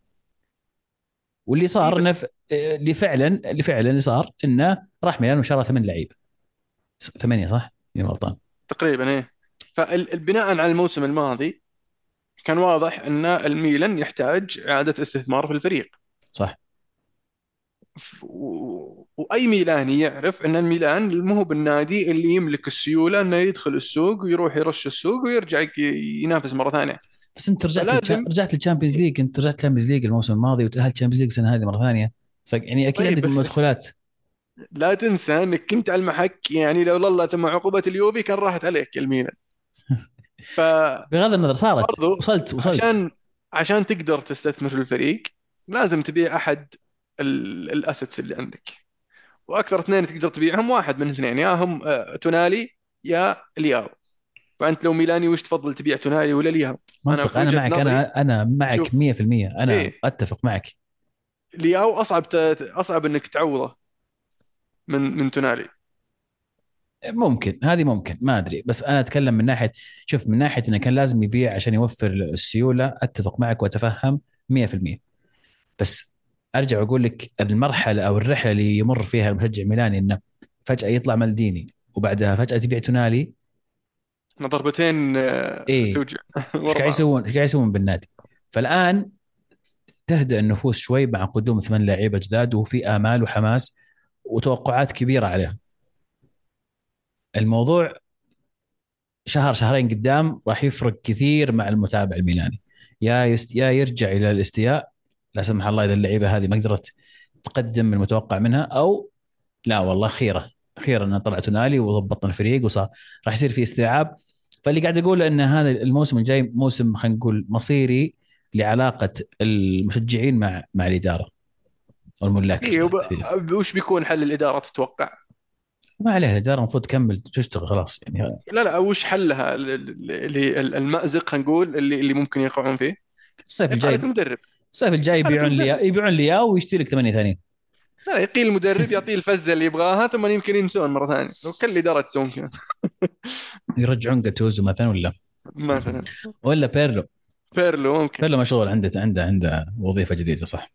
واللي اي صار بس انه اللي فعلا اللي صار انه راح ميلان وشرى 8 لعيبه، 8 صح؟ إني غلطان. تقريبا ايه. فالبناء على الموسم الماضي كان واضح ان الميلان يحتاج اعاده استثمار في الفريق. صح. واي ميلاني يعرف ان الميلان مو هو بالنادي اللي يملك السيوله انه يدخل السوق ويروح يرش السوق ويرجع ينافس مره ثانيه. بس انت فلازم. رجعت للشامبيونز ليج، انت رجعت للشامبيونز ليج الموسم الماضي، وتاهلت الشامبيونز ليج السنه هذه مره ثانيه، فيعني اكيد طيب عندك بس مدخلات. لا تنسى انك كنت على المحك، يعني لولا الله تم عقوبه اليوفي كان راحت عليك الميلان. فبرضو بغض النظر صارت، وصلت. عشان تقدر تستثمر في الفريق لازم تبيع احد الاسيتس اللي عندك. واكثر اثنين تقدر تبيعهم واحد من اثنين، يا هم تونالي يا لياو. فانت لو ميلاني وش تفضل تبيع، تونالي ولا لياو؟ انا منطق، في انا وجهة معك، نظري انا معك شوف 100%، انا ايه، اتفق معك. لياو اصعب اصعب انك تعوضه من تونالي. ممكن، هذه ممكن، ما ادري، بس انا اتكلم من ناحيه، شوف، من ناحيه انه كان لازم يبيع عشان يوفر السيوله، اتفق معك واتفهم 100%. بس ارجع واقول لك المرحله او الرحله اللي يمر فيها المشجع الميلاني، انه فجاه يطلع مالديني وبعدها فجاه تبيع تونالي. انا ضربتين ايه، توجع ايش ورا قاعد بعض. يسوون، ايش قاعد يسوون بالنادي؟ فالان تهدأ النفوس شوي مع قدوم 8 لعيبه جداد، وفي امال وحماس وتوقعات كبيره عليهم. الموضوع شهر شهرين قدام راح يفرق كثير مع المتابع الميلاني. يا يرجع الى الاستياء، لا سمح الله اذا اللعيبه هذه ما قدرت تقدم المتوقع منها، او لا والله خيره ان طلع تونالي وضبطنا الفريق وصار راح يصير في استيعاب. فاللي قاعد اقول ان هذا الموسم الجاي موسم، خلينا نقول مصيري لعلاقه المشجعين مع الاداره والملاك ايه تحديدا. وش بيكون حل الاداره تتوقع؟ ما عليها، الاداره المفروض تكمل تشتغل خلاص يعني. لا لا، وش حلها المأزق خلينا نقول اللي ممكن يقعون فيه؟ الصيف إقالة الجاي المدرب. الصيف الجاي إقالة يبيعون لي المدرب. يبيعون لي اياه ويشتري لك 8 ثانيين. لا لا، يقيل المدرب يعطيه الفزة اللي يبغاها ثم يمكن ينسون مرة ثانية، لو كل الإدارة تسوون كذا. يرجعون جاتوزو مثلا، مثلا ولا بيرلو. بيرلو ممكن. بيرلو مشغول، عنده وظيفه جديده، صح.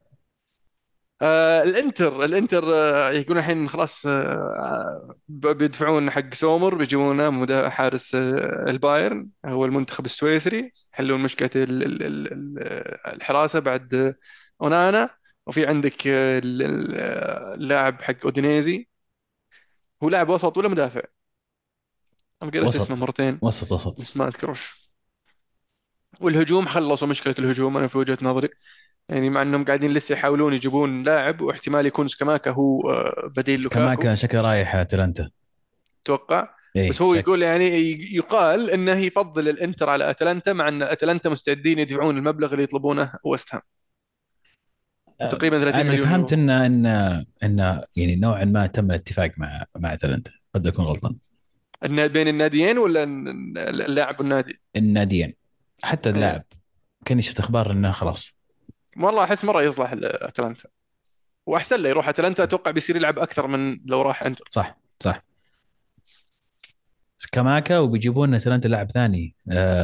الانتر يقولون الحين خلاص بيدفعون حق سومر، بيجيبونه حارس البايرن، هو المنتخب السويسري، يحلون مشكلة الحراسة بعد اونانا. وفي عندك اللاعب حق اودينيزي، هو لاعب وسط ولا مدافع؟ انا قريت اسمه وسط مرتين وسط. بس ما اذكر وش. والهجوم خلصوا مشكلة الهجوم انا في وجهة نظري، يعني مع انهم قاعدين لسه يحاولون يجيبون لاعب، واحتمال يكون سكاماكا هو بديل لوكاكو. سكاماكا شكله رايح اتلانتا. اتوقع. بس ايه هو شك. يقول يعني يقال انه يفضل الانتر على اتلانتا، مع ان اتلانتا مستعدين يدفعون المبلغ اللي يطلبونه ويست هام. وتقريبا 30 انا اللي مليون فهمت يورو. ان يعني نوعا ما تم الاتفاق مع اتلانتا، قد اكون غلطان. بين الناديين ولا اللاعب والنادي؟ الناديين، حتى إيه. اللاعب كاني شفت اخبار انه خلاص. والله احس مره يصلح اتلانتا، واحسن له يروح اتلانتا، اتوقع بيصير يلعب اكثر من لو راح انتر. صح صح. سكاماكا، وبيجيبون اتلانتا لاعب ثاني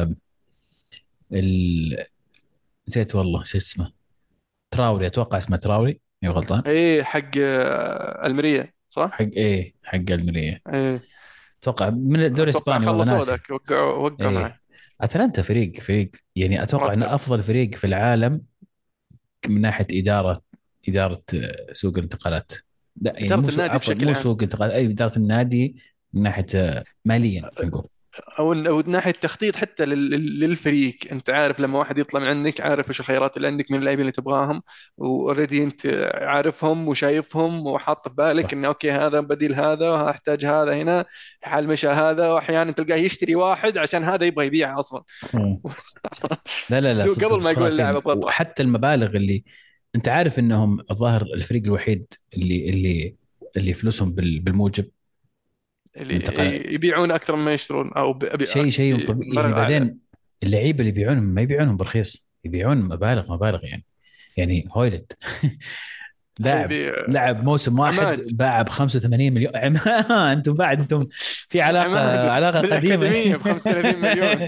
ال... نسيت والله شو اسمه، تراوري، اتوقع اسمه تراوري، يا غلطان. ايه حق المريه صح؟ حق ايه، حق الميريا. ايه. اتوقع من الدوري اتوقع الاسباني، والله خلصوا ناسي. ذاك، وقعوا ايه. معه. اتلانتا فريق يعني اتوقع انه مرتب. افضل فريق في العالم من ناحيه اداره سوق الانتقالات. لا يعني اداره مو سوق، النادي عفوا بشكل مو عام، سوق انتقالات، اي اداره النادي من ناحيه ماليا خلينا نقول. او ناحيه تخطيط حتى للفريق. انت عارف لما واحد يطلع من عندك، عارف ايش الخيارات اللي عندك من اللاعبين اللي تبغاهم، واوريدي انت عارفهم وشايفهم وحاط في بالك صح. انه اوكي هذا بديل هذا وهحتاج هذا هنا، حال مشى هذا، واحيانا تلقاه يشتري واحد عشان هذا يبغى يبيعه اصلا. مم. لا لا لا، صدق قبل صدق ما يقول اللاعب خرافيين، ابغى اطلع. وحتى المبالغ اللي انت عارف انهم الظاهر الفريق الوحيد اللي فلوسهم بالموجب الانتقال. اللي يبيعون اكثر مما يشترون، او شيء طبيعي يعني. بمبالغ اعلى. بعدين اللعيبه اللي يبيعونهم ما يبيعونهم برخيص، يبيعون مبالغ يعني. يعني هويلد حبيبي لاعب موسم واحد عماد. باع ب 85 مليون. انتم بعد انتم في عماد علاقه قديمه. بالاكاديميه ب 35 مليون.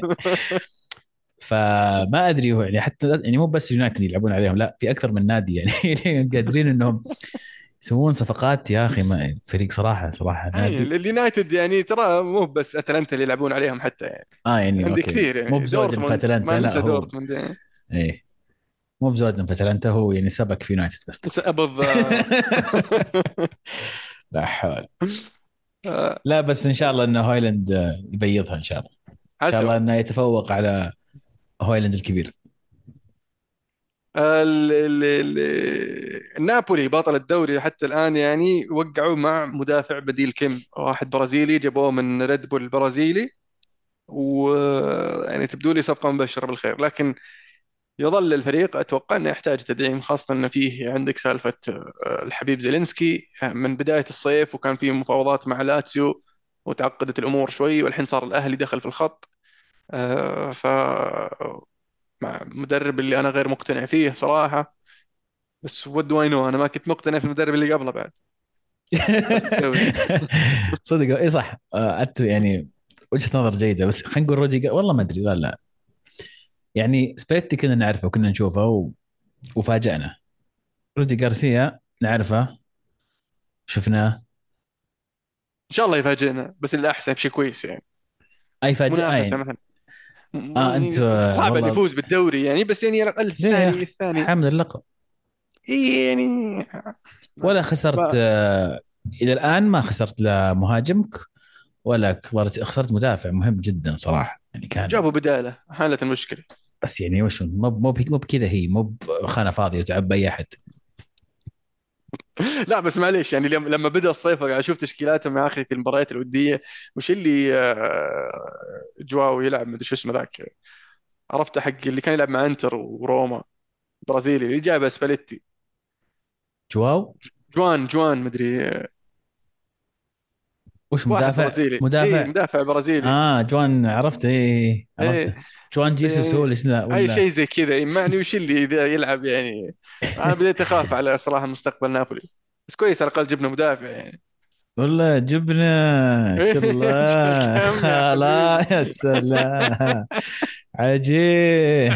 فما ادري هو يعني، حتى يعني مو بس يونايتد يلعبون عليهم، لا في اكثر من نادي يعني قادرين انهم يسوون صفقات. يا اخي ما فريق صراحه اي نادي. اليونايتد يعني ترى مو بس اتلانتا اللي يلعبون عليهم حتى يعني، يعني عندي اوكي، كثير مو يعني بزود في دورتموند، ما اتلانتا، لا ننسى هو دورتموند يعني. ايه، مو بزود في اتلانتا، هو يعني سبك في يونايتد قصدك. بالضبط. لا حول. آه، لا بس ان شاء الله ان هويلاند يبيضها ان شاء الله. ان شاء عسى. الله انه يتفوق على هويلاند الكبير. النابولي بطل الدوري حتى الآن، يعني وقعوا مع مدافع بديل كيم، واحد برازيلي جابوه من ريد بول البرازيلي، ويعني تبدو لي صفقة مبشرة بالخير. لكن يظل الفريق أتوقع أنه يحتاج تدعيم، خاصة أن فيه عندك سالفة الحبيب زيلينسكي من بداية الصيف، وكان فيه مفاوضات مع لاتسيو وتعقدت الأمور شوي، والحين صار الأهلي دخل في الخط. ف مع مدرب اللي أنا غير مقتنع فيه صراحة، بس وات دو اي نو، أنا ما كنت مقتنع في المدرب اللي قبله بعد. خذ الدوري. صدق اي صح. يعني وجهة نظر جيدة، بس خلينا نقول والله ما ادري، لا لا. يعني سبيتي كنا نعرفه وكنا نشوفه وفاجأنا. رودي غارسيا نعرفه، شفناه. إن شاء الله يفاجئنا، بس اللي أحسن شيء كويس يعني، اي فاجأة منافسة يعني. مثلا. انت صعب اللي والله. يفوز بالدوري يعني، بس يعني على الأقل ليه يا الثاني اخي الثاني. حامل اللقب؟ إيه يعني ولا خسرت ما الى الان ما خسرت لا مهاجمك ولا خسرت مدافع مهم جدا صراحة يعني كان. جابوا بداله حالة المشكلة. بس يعني وش مو بكذا، هي مو بخانة فاضية وتعبى اي احد. لا بس معليش يعني، لما بدأ الصيف قاعد اشوف تشكيلاتهم يا اخي في المباريات الودية، وش اللي جواو يلعب مدري شو اسمه ذاك، عرفته حق اللي كان يلعب مع انتر وروما، برازيلي اللي جاب اسباليتي. جواو. جوان مدري وش واحد مدافع برازيلي، اي مدافع؟ مدافع برازيلي. جوان عرفت، ايه ايه عرفته. جوان جيسوس هو يعني اللي لا اي ولا؟ شيء زي كذا يمعني، وش اللي ذا يلعب يعني. انا بديت اخاف على صراحة مستقبل نابولي، بس كويس على الاقل جبنا مدافع يعني. والله جبنا ان شاء الله. كم يا حبيبي. خلاص يا سلام، عجيب.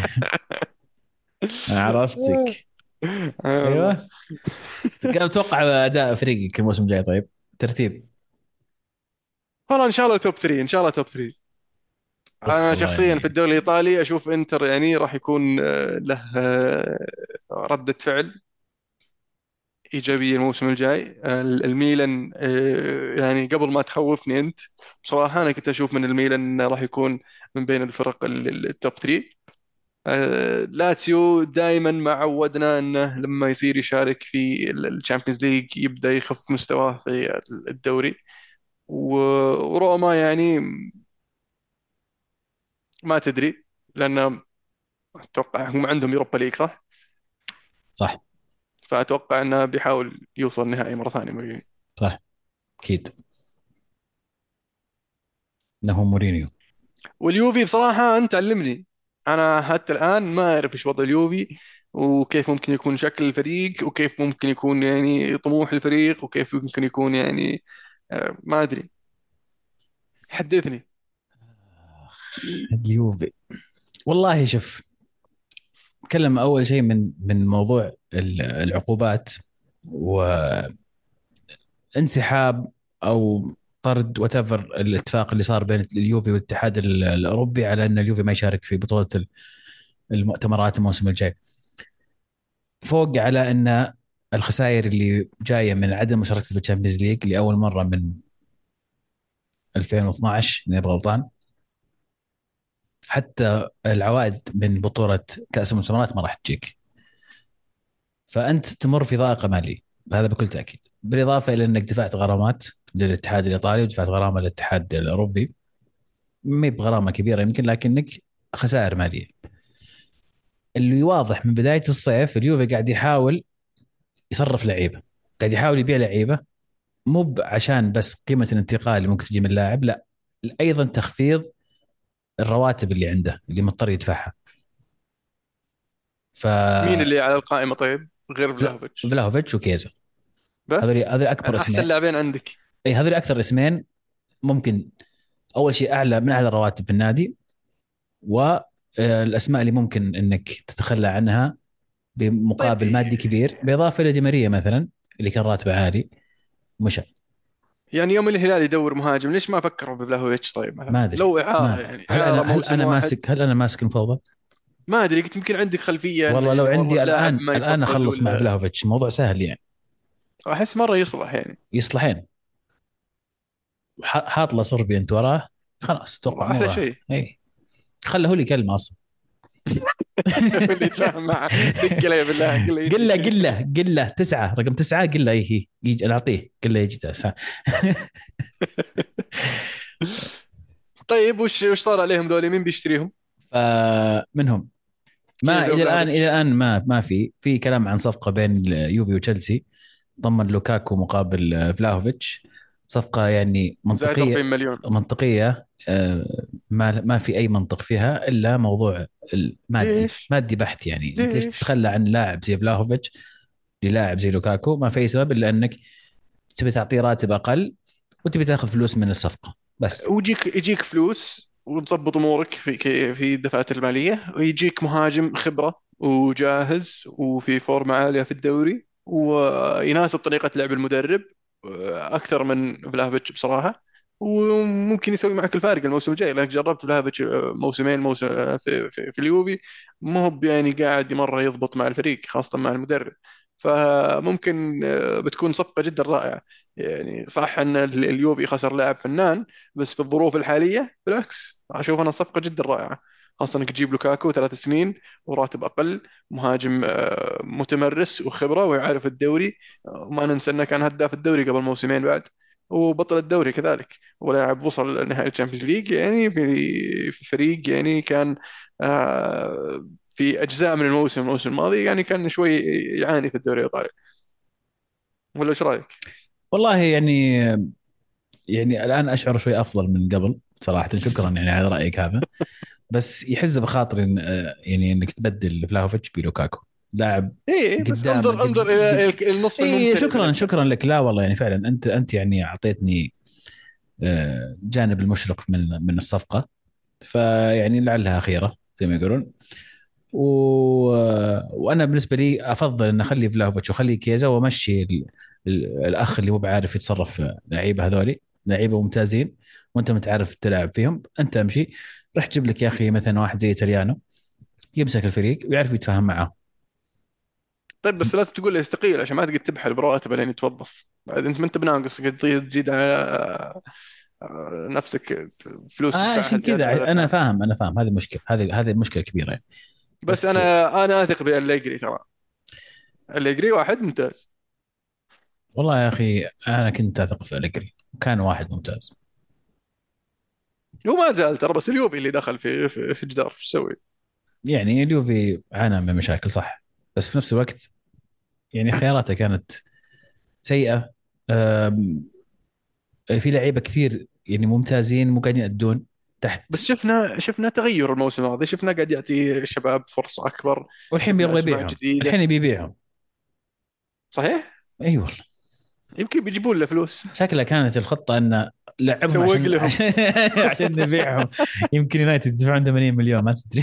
عرفتك. والله. ايوه. كم اتوقع اداء فريقك الموسم الجاي طيب؟ ترتيب. والله ان شاء الله توب 3، ان شاء الله توب 3. اوف انا والله شخصيا في يعني. الدوري الايطالي اشوف انتر يعني راح يكون له ردة فعل ايجابيه الموسم الجاي. الميلان يعني قبل ما تخوفني انت، بصراحه انا كنت اشوف من الميلان انه راح يكون من بين الفرق التوب 3. لاتسيو دائما ما عودنا انه لما يصير يشارك في الشامبيونز ليج يبدا يخف مستواه في الدوري. وروما يعني ما تدري، لان اتوقع هم عندهم يوروبا ليج صح؟ صح. فأتوقع أنه بيحاول يوصل النهائي مرة ثانية مورينيو. صح، اكيد انه مورينيو. واليوفي بصراحة أنت علمني، أنا حتى الآن ما أعرف إيش وضع اليوفي، وكيف ممكن يكون شكل الفريق، وكيف ممكن يكون يعني طموح الفريق، وكيف ممكن يكون يعني ما أدري، حدثني. اليوفي، والله شوف، تكلم اول شيء من موضوع العقوبات وانسحاب او طرد وتفر الاتفاق اللي صار بين اليوفي والاتحاد الاوروبي على ان اليوفي ما يشارك في بطوله المؤتمرات الموسم الجاي، فوق على ان الخسائر اللي جايه من عدم مشاركته في الشامبيونز ليج لاول مره من 2012 اذا غلطان. حتى العوائد من بطوله كاس المؤتمرات ما راح تجيك، فانت تمر في ضائقه ماليه، هذا بكل تاكيد، بالاضافه الى انك دفعت غرامات للاتحاد الايطالي ودفعت غرامه للاتحاد الاوروبي، ما هي بغرامه كبيره يمكن لكنك خسائر ماليه. اللي واضح من بدايه الصيف اليوفي قاعد يحاول يصرف لعيبه، قاعد يحاول يبيع لعيبه، مو عشان بس قيمه الانتقال اللي ممكن تجي من اللاعب، لا، ايضا تخفيض الرواتب اللي عنده اللي مضطر يدفعها. ف مين اللي على القائمة طيب غير فلاهوفيتش؟ فلاهوفيتش وكيزا، بس هذول اكبر يعني أحسن اسمين. لاعبين عندك. اي هذول اكثر اسمين ممكن، اول شيء اعلى من اعلى الرواتب في النادي، والاسماء اللي ممكن انك تتخلى عنها طيب بمقابل مادي كبير، بالاضافه الى دي ماريا مثلا اللي كان راتبه عالي مشى. يعني يوم الهلال يدور مهاجم ليش ما فكروا بفلاهوفيتش طيب مثلا، ما ادري، لو ما إعارة ادري يعني هل إعارة انا هل موسم انا واحد. ماسك هل انا ماسك المفاوضات. ما ادري، قلت يمكن عندك خلفيه انه والله لو يعني والله عندي اللاعب الان ما يفضل اخلص مع ولا. فلاهوفيتش، موضوع سهل يعني. احس مره يصلح يعني. يصلحين، حاط له صربي انت وراه، خلاص اتوقع والله احلى اموره. شيء. اي، خله هو اللي كلمه اصلا. اللي يتفاهم معه، دق عليه بالله قل له قل يجي. له قل له قل له تسعه، رقم تسعه، قل له هي يجي، انا اعطيه، قل له يجي تسعه. طيب وش صار عليهم ذولي، مين بيشتريهم؟ فمنهم، ما كيزا الى الان وفلافيتش. ما في كلام عن صفقه بين يوفي وتشيلسي، ضمن لوكاكو مقابل فلاهوفيتش، صفقه يعني زائد 40 منطقيه. مليون. منطقيه، ما في اي منطق فيها الا موضوع المادي، ليش؟ مادي بحت. يعني انت ليش ليش؟ تتخلى عن لاعب زي فلاهوفيتش للاعب زي لوكاكو؟ ما في اي سبب الا انك تبي تعطيه راتب اقل وتبي تاخذ فلوس من الصفقه بس. يجيك فلوس وتظبط امورك في الدفعات الماليه، ويجيك مهاجم خبره وجاهز وفي فورمه عاليه في الدوري ويناسب طريقه لعب المدرب اكثر من فلافيتش بصراحه. وممكن يسوي معك الفارق الموسم الجاي، لانك جربت فلافيتش موسمين، موسم في اليوفي، ما هو يعني قاعد مره يضبط مع الفريق خاصه مع المدرب. فممكن بتكون صفقه جدا رائعه. يعني صح ان اليوفي خسر لاعب فنان، بس في الظروف الحاليه بالعكس اشوف انها صفقه جدا رائعه، خاصه انك تجيب لوكاكو 3 سنين وراتب اقل، مهاجم متمرس وخبره ويعرف الدوري. وما ننسى انه كان هداف الدوري قبل موسمين بعد، وبطل الدوري كذلك، ولاعب وصل نهائي الشامبيونز ليج يعني في فريق يعني كان في اجزاء من الموسم الماضي يعني كان شوي يعاني في الدوري الايطالي. ولا ايش رايك؟ والله يعني الان اشعر شوي افضل من قبل صراحه، شكرا يعني على رايك هذا. بس يحز بخاطري يعني انك تبدل فلاهوفيتش بلوكاكو، لاعب ايه بس قدامه انظر الى النصف اي الممتلئ من شكرا الكاس. لك، لا والله يعني فعلا انت يعني اعطيتني جانب المشرق من الصفقه، فيعني لعلها خيره زي ما يقولون. و... وانا بالنسبه لي افضل ان اخلي فلاوفيتش واخلي كيزا وامشي الاخ اللي هو بعرف يتصرف في لعيبه، هذولي لعيبه ممتازين وانت متعرف تلعب فيهم، انت امشي. رح تجيب لك يا اخي مثلا واحد زي تريانو يمسك الفريق ويعرف يتفاهم معه. طيب بس لازم تقول له يستقيل عشان ما تقعد تبحث براتبه لين يتوظف، بعد انت ما انت بناقص قاعد تزيد على نفسك فلوس تدفعها عشان زياده كذا بغير انا سبب. فاهم، انا فاهم هذه مشكله، هذه مشكله كبيره يعني. بس بس انا اثق بالأليجري ترى، أليجري واحد ممتاز. والله يا اخي انا كنت اثق في أليجري، كان واحد ممتاز. وما زال ترى، بس اليوفي اللي دخل في جدار ايش تسوي؟ يعني اليوفي عانى من مشاكل صح، بس في نفس الوقت يعني خياراته كانت سيئه. آم، في لعيبه كثير يعني ممتازين مو قاعدين يأدون تحت. بس شفنا تغير الموسم الماضي، شفنا قاعد يعطي الشباب فرصة أكبر. والحين شفنا بيبغى أسماء يبيعهم، الحين جديدة. يبي يبيعهم. صحيح. اي والله. يمكن بيجيبون له فلوس. شكلها كانت الخطه ان لعبهم يسوق عشان لهم. عشان نبيعهم. يمكن يونايتد يدفعون 80 مليون ما تدري.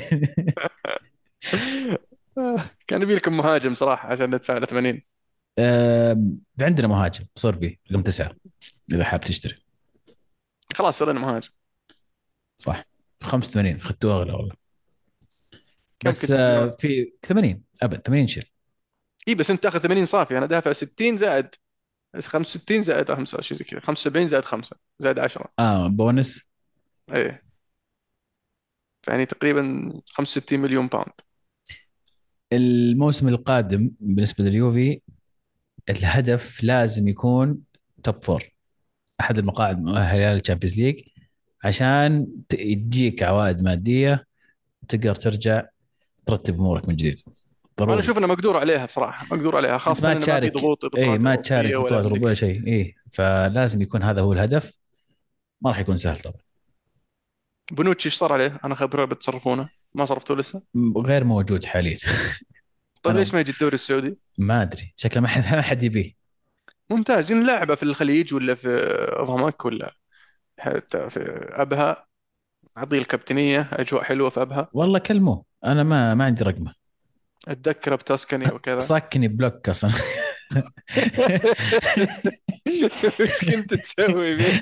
كان يبي لكم مهاجم صراحة عشان ندفع له 80. عندنا مهاجم صربي رقم 9 اذا حاب تشتري. خلاص صرنا مهاجم. صح. 85 اخذتوه اغلى والله. كم بس كنتوا تبيعون؟ في 80 ابد 80 شيل. اي بس انت تاخذ 80 صافي، انا دافع 60 زائد 65 زائد 5 شيء زي كذا، 75 زائد 5 زائد 10. بونس. ايه. يعني تقريبا 65 مليون باوند. الموسم القادم بالنسبه لليوفي الهدف لازم يكون توب فور، احد المقاعد المؤهله للتشامبيونز ليج، عشان تجيك عوائد ماديه وتقدر ترجع ترتب امورك من جديد. وانا ضروري. اشوف انه مقدور عليها بصراحة، مقدور عليها، انت خاصة ما انه ما في تشارك، ضغوط اي بطولات ما اوروبية تشارك ولا بطولات اوروبيه ولا امريكية. شيء، اي فلازم يكون هذا هو الهدف. ما راح يكون سهل طبعا. بونوتشي ايش صار عليه؟ انا خبره بتصرفونه، ما صرفتوه لسه. غير موجود حاليا. طيب انا ليش ما يجي الدوري السعودي؟ ما ادري شكله ما حد ما حد يبيه. ممتاز، إن لاعبه في الخليج ولا في ضمك ولا حتى في ابها، اعطيه الكابتنيه، اجواء حلوه في ابها. والله كلموه انا ما عندي رقمه. اتذكره بتسكني وكذا. صكني بلوك اصلا. ايش كنت تسوي فيه؟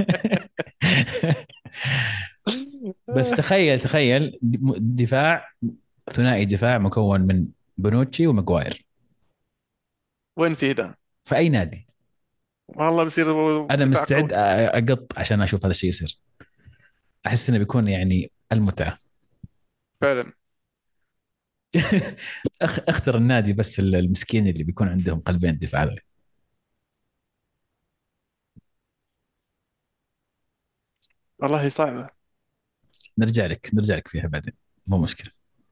بس تخيل دفاع ثنائي دفاع مكون من بونوتشي وماجواير وين في ده؟ في اي نادي. والله بصير انا دفاع قوي. مستعد اقط عشان اشوف هذا الشيء يصير. احس انه بيكون يعني المتعه. فعلا. اختر النادي بس المسكين اللي بيكون عندهم قلبين دفاع ذولي. والله صعبه. نرجع لك فيها بعدين، مو مشكله.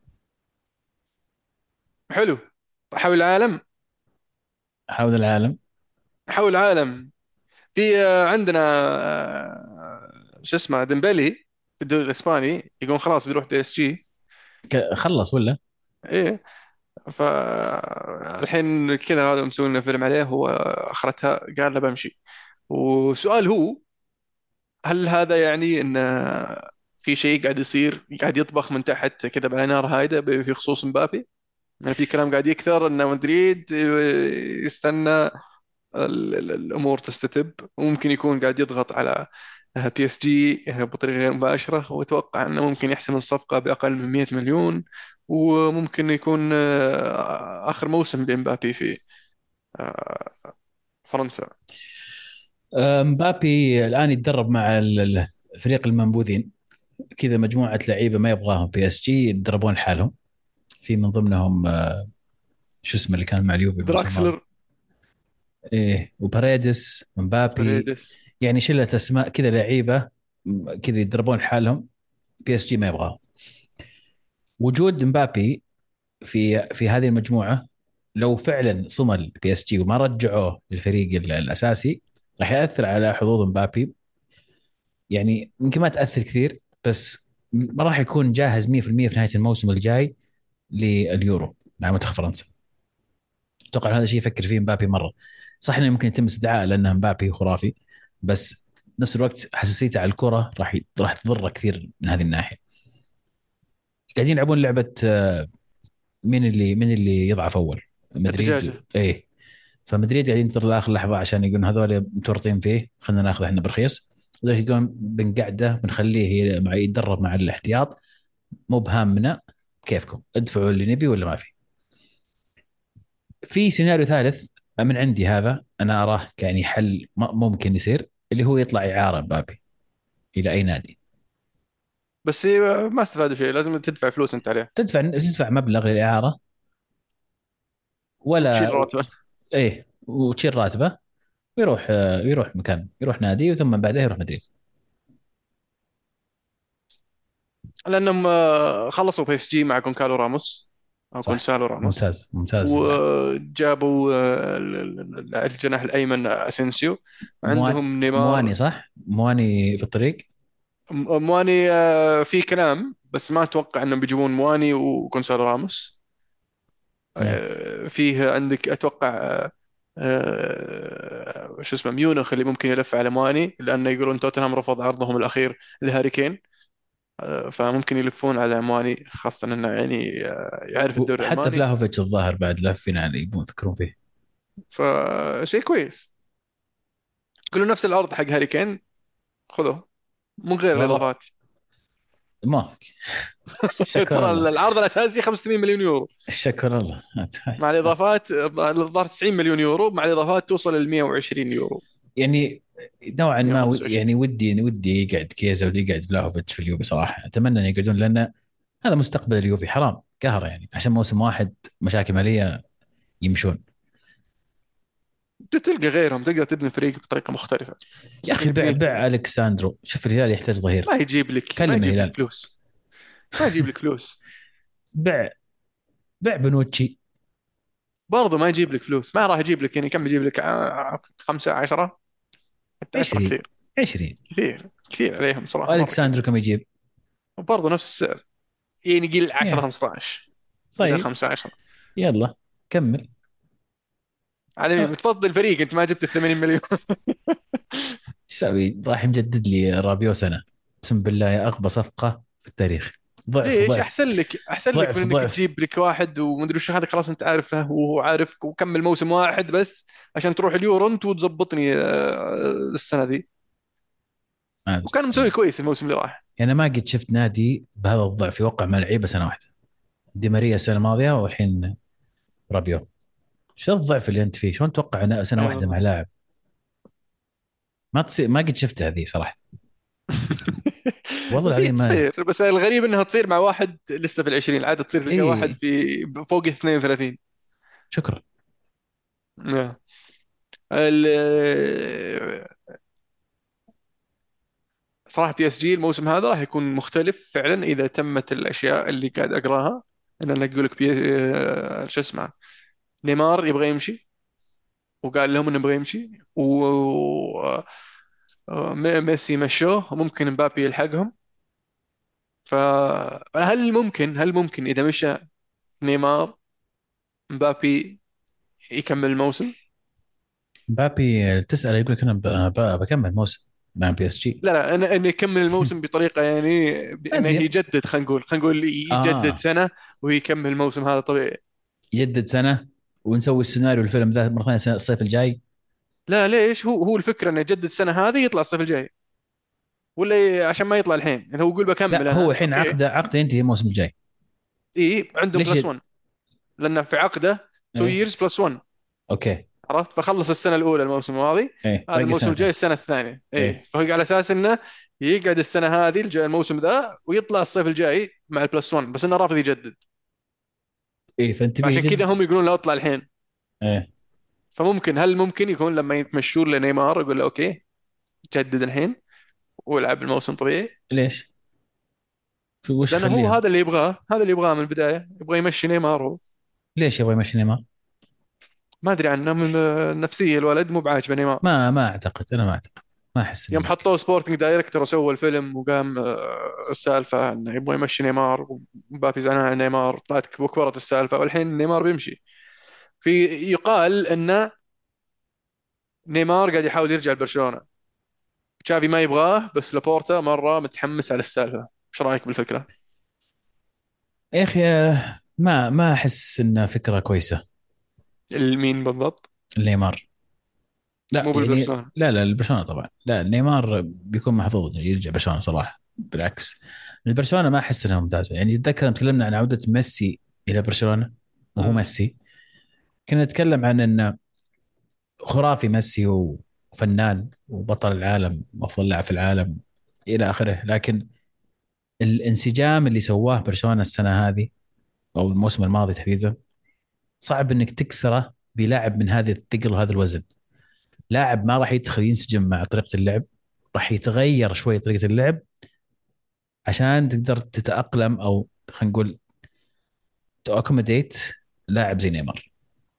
حلو. حول العالم. حول العالم. حول العالم. في عندنا شو اسمه ديمبلي في الدوري الاسباني، يقول خلاص بيروح بي اس جي. خلص ولا؟ ايه. فالحين كذا هذا مسوي لنا فيلم عليه، هو اخرتها قال له بمشي. وسؤال هو، هل هذا يعني ان في شيء قاعد يصير، قاعد يطبخ من تحت كذا على نار هايده في خصوص مبابي؟ يعني في كلام قاعد يكثر ان مدريد يستنى الامور تستتب، وممكن يكون قاعد يضغط على بي اس جي بطريقه غير مباشره، واتوقع انه ممكن يحسم الصفقه باقل من 100 مليون. وممكن يكون اخر موسم لامبابي في آه، فرنسا. مبابي الان يتدرب مع فريق المنبوذين، كذا مجموعه لعيبه ما يبغاهم بي اس جي يتدربون لحالهم. في من ضمنهم شو اسمه اللي كان مع اليوفي الموسم الماضي. دراكسلر. ايه وباريدس مبابي. بريدس. يعني شله اسماء كذا لعيبه كذا يتدربون لحالهم. بي اس جي ما يبغاهم. وجود مبابي في هذه المجموعه لو فعلا صمل بي اس جي وما رجعوه للفريق الاساسي راح ياثر على حظوظ مبابي. يعني يمكن ما تاثر كثير بس ما راح يكون جاهز 100% في نهايه الموسم الجاي لليورو مع منتخب فرنسا. اتوقع هذا الشيء يفكر فيه مبابي مره. صح انه ممكن يتم استدعاء لانه مبابي خرافي، بس بنفس الوقت حساسيته على الكره راح تضره كثير من هذه الناحيه. قاعدين يلعبون لعبه مين اللي يضعف اول. مدريد الدجاجه. ايه. فمدريد قاعدين ينتظر لاخر لحظه عشان يقولون هذول متورطين فيه خلينا ناخذه احنا برخيص. وذلك يقولون بنقعده بنخليه يتدرب مع الاحتياط، مو بهامنا. كيفكم ادفعوا اللي نبي ولا ما في. في سيناريو ثالث من عندي، هذا انا اراه يعني حل ممكن يصير، اللي هو يطلع اعاره مبابي الى اي نادي. بس ما استفادوا شيء، لازم تدفع فلوس انت عليه تدفع مبلغ للاعاره وتشيل ولا. راتبه. ايه وتشيل راتبه يروح مكان، يروح نادي وثم بعدها يروح مدريد. لانهم خلصوا في اس جي مع كونكالو راموس. او صح. جونسالو راموس. ممتاز ممتاز اللاعب. وجابوا الجناح الايمن اسينسيو. عندهم مواني، نيمار. صح، مواني في الطريق. مواني في كلام، بس ما اتوقع انهم بيجيبون مواني وجونسالو راموس. نعم. فيه عندك اتوقع شو اسمه ميونخ اللي ممكن يلف على مواني، لانه يقولون توتنهام رفض عرضهم الاخير لهاري كين. فممكن يلفون على مواني، خاصة انه يعني يعرف الدوري وحتى الالماني. فلاهوفيتش الظاهر بعد لافين عليه، يبون يفكرون فيه. فشيء كويس. كله نفس العرض حق هاري كين، خذوه من غير والله الاضافات. ما فيك. شكر ترى الله. العرض الاساسي 85 مليون يورو، شكر الله. مع الاضافات الظاهر 90 مليون يورو، مع الاضافات توصل ل 120 يورو، يعني نوعا ما 125. يعني ودي يقعد كيزا، ودي يقعد فلاهوفيتش في اليوفي صراحه، اتمنى ان يقعدون، لان هذا مستقبل اليوفي، حرام قهر يعني عشان موسم واحد مشاكل ماليه يمشون. تلقى غيرهم، تقدر تبني فريق بطريقه مختلفه. يا اخي بيع يبني بيع الكساندرو، شوف الهلال يحتاج ظهير. ما كلم يجيب لك الهلال. فلوس، ما يجيب لك فلوس. بيع بيع بنوتشي. برضه ما يجيب لك فلوس، ما راح يجيب لك. يعني كم يجيب لك؟ 5 10؟ حتى 10 20 كثير. 20. كثير كثير عليهم صراحه، مره والكساندرو كثير. كم يجيب؟ وبرضه نفس السعر، يعني قيل 10 يا 15 بدل طيب 15. يلا كمل. على مين ايش بتفضل فريق انت ما جبت 80 مليون؟ اسوي؟ راح مجدد لي رابيو سنه، اقسم بالله يا اغبى صفقه في التاريخ. ضعف ليش؟ ضعف احسن لك، احسن لك من ضعف انك ضعف. تجيب لك واحد ومدري وش هذا، خلاص انت عارف له وهو عارفك، وكمل موسم واحد بس عشان تروح اليورو انت وتظبطني السنه ذي. ما ادري وكان مسوي يعني. كويس الموسم اللي راح. انا ما قد شفت نادي بهذا الضعف يوقع مع لعيبه سنه واحده. دي ماريا السنه الماضيه، والحين رابيو. شو الضعف اللي انت فيه؟ شلون توقع أنا سنه اي واحده مع والله. لاعب؟ ما تصير، ما قد شفتها هذه صراحه. والله في العظيم ما. تصير، بس الغريب انها تصير مع واحد لسه في العشرين، العاده تصير تلقى واحد اي. في فوق 32. شكرا. نعم. ال- صراحه بي اس جي الموسم هذا راح يكون مختلف فعلا اذا تمت الاشياء اللي قاعد اقراها. ان انا اقول لك شو اسمه، نيمار يبغى يمشي، وقال لهم انه يبغى يمشي، وميسي مشوه، وممكن مبابي يلحقهم. فهل ممكن اذا مشى نيمار، مبابي يكمل الموسم؟ مبابي تسأل يقول لك انا بكمل موسم مع بي اس جي. لا لا، انا انه يكمل الموسم بطريقه يعني ما انه ادري. يجدد، خلينا نقول يجدد اه، سنه ويكمل الموسم هذا طبيعي. يجدد سنه ونسوي السيناريو الفيلم ذا مره ثانيه الصيف الجاي. لا ليش؟ هو الفكره انه يجدد السنه هذه يطلع الصيف الجاي، ولا عشان ما يطلع الحين؟ يعني هو يقول بكمل لا هو انا الحين اوكي. عقده ينتهي الموسم الجاي. اي عندهم ليش بلس 1، لان في عقده 2 ايه. years بلس 1. اوكي. عرفت؟ فخلص السنه الاولى الموسم الماضي، ايه هذا باقي الموسم سنه الجاي ثانيه. السنه الثانيه. اي ايه. فهو على اساس انه يقعد السنه هذه الموسم ذا ويطلع الصيف الجاي مع البلس 1، بس انه رافض يجدد. ايه فانت فعشان كذا بيجد. هم يقولون لا اطلع الحين. ايه. هل ممكن يكون لما يتمشون لنيمار يقول له اوكي جدد الحين والعب الموسم طبيعي؟ ليش؟ شو وش لانه هو يخليها؟ هذا اللي يبغاه، هذا اللي يبغاه من البدايه، يبغى يمشي نيمار هو. ليش يبغى يمشي نيمار؟ ما ادري عنه، من النفسيه الولد مو بعاجبه نيمار. ما اعتقد، انا ما اعتقد. ما احس انه يوم مشكله. حطوه سبورتنج دايركتور وسوى الفيلم وقام السالفه انه يبغى يمشي نيمار، ومبابي زعلان على نيمار، طلعت كبرت السالفه، والحين نيمار بيمشي. في يقال ان نيمار قاعد يحاول يرجع لبرشلونه، تشافي ما يبغاه، بس لابورتا مره متحمس على السالفه. ايش رايك بالفكره؟ يا اخي ما احس انها فكره كويسه. المين بالضبط؟ نيمار. لا مو يعني بالبرشلونه. لا البرشلونه طبعا، لا نيمار بيكون محظوظ يرجع برشلونه صراحه، بالعكس. البرشلونه ما احس انها ممتازه. يعني تذكر لما تكلمنا عن عوده ميسي الى برشلونه، وهو مم. ميسي، كنا نتكلم عن انه خرافي ميسي، وفنان وبطل العالم وافضل لاعب في العالم الى اخره، لكن الانسجام اللي سواه برشلونه السنه هذه او الموسم الماضي تحديدا، صعب انك تكسره بلاعب من هذه الثقل وهذا الوزن. لاعب ما راح يدخل ينسجم مع طريقه اللعب، راح يتغير شوي طريقه اللعب عشان تقدر تتاقلم، او خلينا نقول تو اكوموديت لاعب زي نيمار.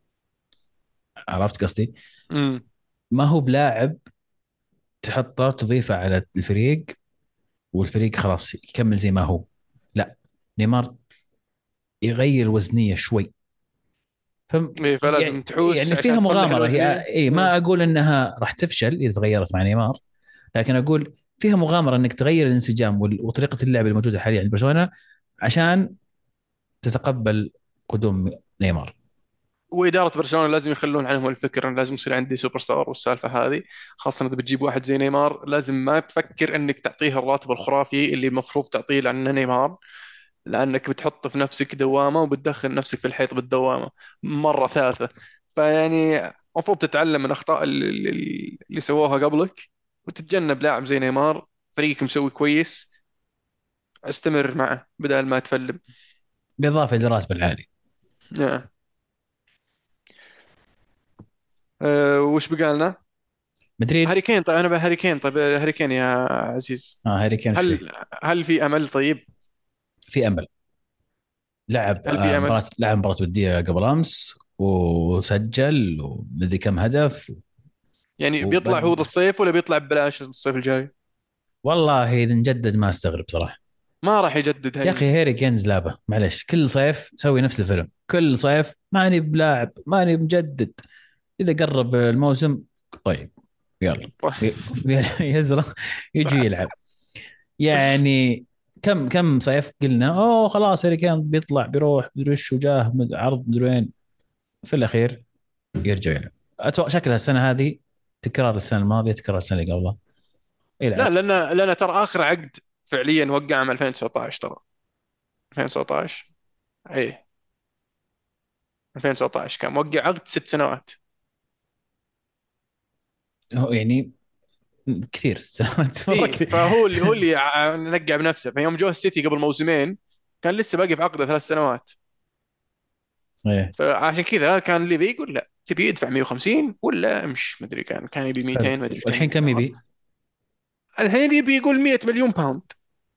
عرفت قصدي؟ امم. ما هو بلاعب تحطه تضيفه على الفريق والفريق خلاص يكمل زي ما هو. لا، نيمار يغير وزنيه شوي. ف إيه، فلازم تحوس يعني فيها عشان تصلح مغامره هي. الوزنية. اي ما اقول انها راح تفشل اذا تغيرت مع نيمار، لكن اقول فيها مغامره انك تغير الانسجام وطريقه اللعب الموجوده حاليا عند برشلونه عشان تتقبل قدوم نيمار. وإدارة برشلونة لازم يخلون عنهم الفكر إن لازم يصير عندي سوبر ستار والسالفة هذه. خاصة إذا بتجيب واحد زي نيمار لازم ما تفكر إنك تعطيه الراتب الخرافي اللي المفروض تعطيه لأنه نيمار، لأنك بتحط في نفسك دوامة وبتدخل نفسك في الحيط بالدوامة مرة ثالثة. فيعني المفروض تتعلم من أخطاء اللي سووها قبلك، وتتجنب لاعب زي نيمار. فريقك مسوي كويس، استمر معه بدل ما تفلم. بالاضافه للراتب العالي. نعم. وش بقى لنا؟ مدريد. هاري كين. طيب انا بقى هاري كين. طيب هاري كين يا عزيز، هاري كين ايش فيه؟ هل في امل؟ طيب في امل. لعب هل في امل؟ مباراه وديه قبل امس وسجل ومدري كم هدف. يعني بيطلع هو ذا وبد الصيف ولا بيطلع ببلاش الصيف الجاي؟ والله اذا نجدد ما استغرب صراحه. ما راح يجدد يا هاي. اخي هاري كين زلابه معلش، كل صيف سوي نفس الفيلم، كل صيف ماني بلاعب ماني مجدد. اذا قرب الموسم طيب يلا يزرق يجي يلعب يعني. كم صيف قلنا اوه خلاص هاري كين بيطلع بيروح مدري وش وجاه عرض مدري وين، في الاخير يرجع يلعب. اتوقع شكلها السنه هذه تكرار السنه الماضيه تكرار السنه اللي قبلها لا، يلعب. لان ترى اخر عقد فعليا وقع عام 2019 ترى. 2019. اي 2019 كان موقع عقد 6 سنوات. هو يعني كثير سنوات مره اي كثير. فهو اللي نقع بنفسه. فيوم جو السيتي قبل موسمين كان لسه باقي في عقده 3 سنوات. ايه فعشان كذا كان ليفي يقول لا تبي يدفع 150 ولا مش مدري، كان يبي حلو. 200 ما ادري ايش كان والحين يبي كم بالضبط. يبي؟ الحين يبي يقول 100 مليون باوند.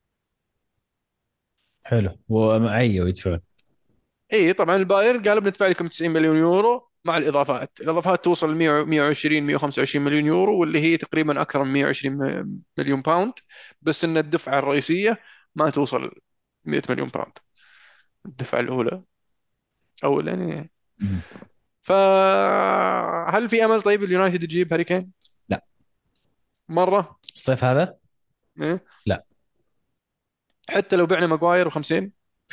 حلو ومعي ويدفعون. اي طبعا الباير قال بندفع لكم 90 مليون يورو مع الاضافات. الاضافات توصل ل 100 120 125 مليون يورو، واللي هي تقريبا اكثر من 120 مليون باوند. بس ان الدفعه الرئيسيه ما توصل 100 مليون باوند، الدفعه الاولى او يعني. مم. فهل في امل طيب اليونايتد يجيب هاري كين لا مره؟ الصيف هذا إيه؟ لا. حتى لو بعنا ماجواير و50؟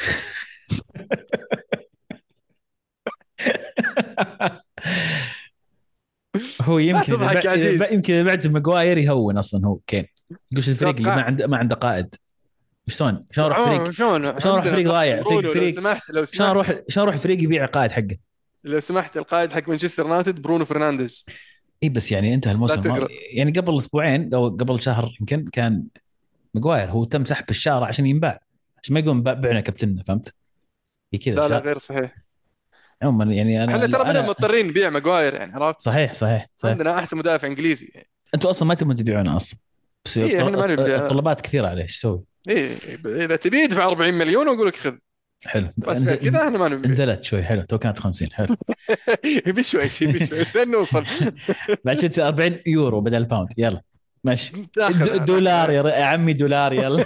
هو لا يمكن تضحك يا عزيز. يمكن اذا بعت ماجواير يهون اصلا هو كين. يقول الفريق اللي توقع. ما عنده قائد. شلون اروح فريق؟ شلون شلون اروح عندنا فريق قائد ضايع برونو لو فريق؟ سمحت لو شلون سمحت. اروح فريق يبيع قائد حقه؟ لو سمحت القائد حق مانشستر يونايتد برونو فرنانديز. اي بس يعني انتهى لا الموسم تغرق. يعني قبل اسبوعين او قبل شهر يمكن كان ماجواير هو تم سحب الشارع عشان ينباع، عشان ما يقوم بعنا كابتننا فهمت؟ هي كذا لا لا غير صحيح. عموما يعني احنا ترى من انا مضطرين نبيع ماجواير يعني، عرفت؟ صحيح صحيح صحيح. عندنا احسن مدافع انجليزي يعني. انتوا اصلا ما تبون تبيعونه اصلا، بس ايه احنا ما نبي. الطلبات كثيره عليه ايش اسوي؟ ايه اذا تبي يدفع 40 مليون واقول لك خذ. حلو بس غير كذا احنا ما نبي. نزلت شوي حلو تو كانت 50 حلو. بشويش بشويش لين نوصل. بعد شوي تصير 40 يورو بدل باوند يلا ماشي. ناخذها دولار ناخذها. يا عمي دولار يلا.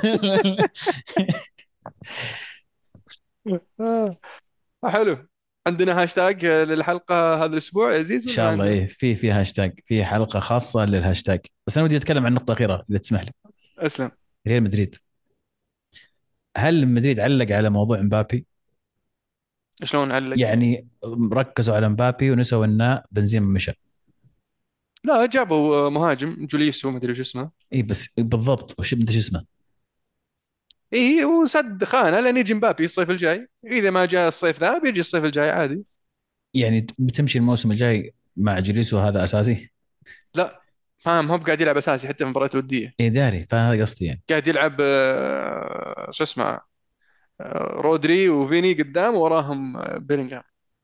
آه. حلو. عندنا هاشتاج للحلقة هذا الأسبوع يا ان عزيز ولا شاء ما الله عندنا؟ ايه في هاشتاج في حلقه خاصه للهاشتاج. بس انا ودي اتكلم عن نقطه اخيره اذا تسمح لي. أسلم. ريال مدريد، هل مدريد علق على موضوع مبابي؟ شلون علق يعني؟ يعني ركزوا على مبابي ونسوا ان بنزيما مشى. لا جابوا مهاجم جوليسو ما أدري شو اسمه. اي بس بالضبط وش انت شو اسمه؟ إيه وسد خانة لين يجي مبابي الصيف الجاي. إذا ما جاء الصيف ذا بيجي الصيف الجاي عادي. يعني بتمشي الموسم الجاي مع جريسو هذا اساسي؟ لا فاهم، هو قاعد يلعب أساسي حتى في المباريات الودية. اي داري فهذا قصدي يعني. قاعد يلعب شو اسمه رودري وفيني قدام وراهم بيلينغهام.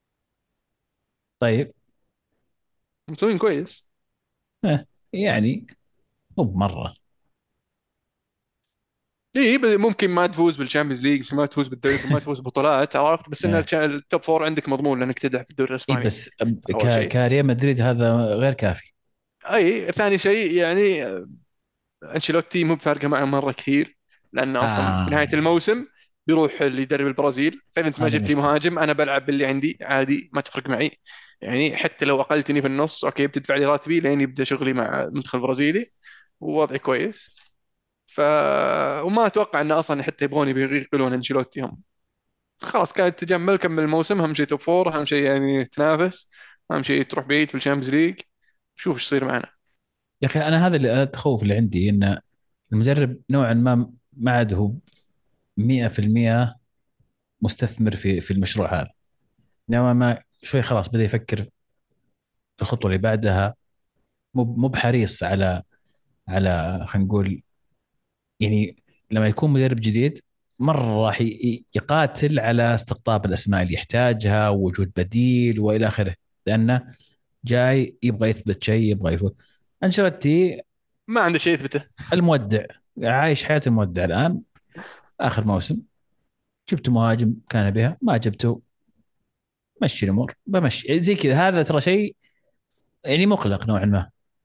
طيب مسوين كويس. يعني مو بمره. اي ممكن ما تفوز بالشامبيونز ليج، ممكن ما تفوز بالدوري، ممكن ما تفوز ببطولات، عرفت؟ بس ان إيه. التوب فور عندك مضمون لانك تدح في الدوري اي الاسباني. بس اول شيء. كريال مدريد هذا غير كافي. اي ثاني شيء يعني انشيلوتي مو بفارقه معه مره كثير، لان اصلا بنهايه آه الموسم بيروح اللي يدرب البرازيل. فاذا انت ما هذه جبت لي مشكلة. مهاجم انا بلعب باللي عندي عادي، ما تفرق معي. يعني حتى لو اقلتني في النص اوكي، بتدفع لي راتبي لين يبدا شغلي مع المنتخب البرازيلي ووضعي كويس. ف وما اتوقع انه اصلا حتى يبغون يقولون انشيلوتي هم. خلاص كانت تجمل، كمل الموسم، اهم شيء توب فور، اهم شيء يعني تنافس، اهم شيء تروح بعيد في الشامبيونز ليج. شوف ايش يصير معنا. يا اخي انا هذا التخوف اللي عندي، ان المدرب نوعا ما عاد هو 100% مستثمر في المشروع هذا. نوعا ما شوي خلاص بدأ يفكر في الخطوة اللي بعدها، مو بحريص على خلينا نقول يعني لما يكون مدرب جديد مرة راح يقاتل على استقطاب الأسماء اللي يحتاجها ووجود بديل وإلى آخره، لأنه جاي يبغى يثبت شيء، يبغى يفوز. أنشيلوتي ما عنده شيء يثبته. المودع، عايش حياة المودع الآن. آخر موسم جبت مهاجم كان بها، ما جبته مشي الأمور، بمشي زي كذا. هذا ترى شيء يعني مقلق نوعا ما.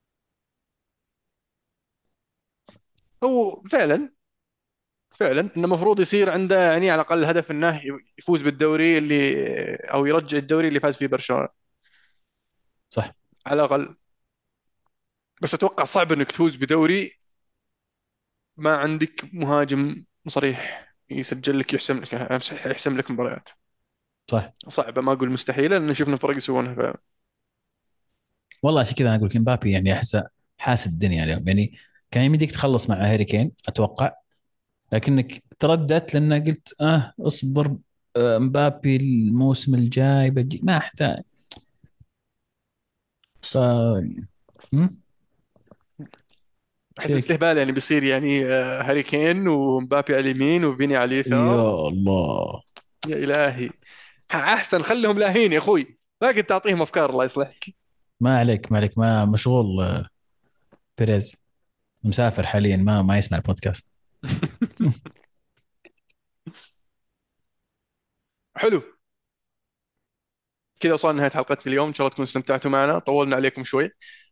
هو فعلا، فعلا انه المفروض يصير عنده يعني على الاقل هدف انه يفوز بالدوري اللي، او يرجع الدوري اللي فاز فيه برشلونة صح. على الاقل. بس اتوقع صعب انك تفوز بدوري ما عندك مهاجم صريح يسجل لك، يحسم لك، يحسم لك مباريات. صح صعبة، ما اقول مستحيلة، لان شفنا فرق يسوونها فعلا. والله عشان كذا انا اقول لك امبابي يعني احسه حاسد الدنيا اليوم يعني. كان يمديك تخلص مع هاري كين اتوقع، لكنك ترددت لان قلت اصبر، امبابي الموسم الجاي بجي ما احتاج. ف هم؟ احس فيك. استهبال يعني بيصير يعني هاري كين ومبابي على اليمين وفيني على اليسار. يا الله. يا الهي، احسن خلهم لاهين يا اخوي، ما كنت تعطيهم افكار الله يصلحك. ما عليك ما عليك، ما مشغول. بيريز مسافر حاليا، ما يسمع البودكاست. حلو. كذا وصلنا نهاية حلقتنا اليوم، ان شاء الله تكونوا استمتعتوا معنا، طولنا عليكم شوي.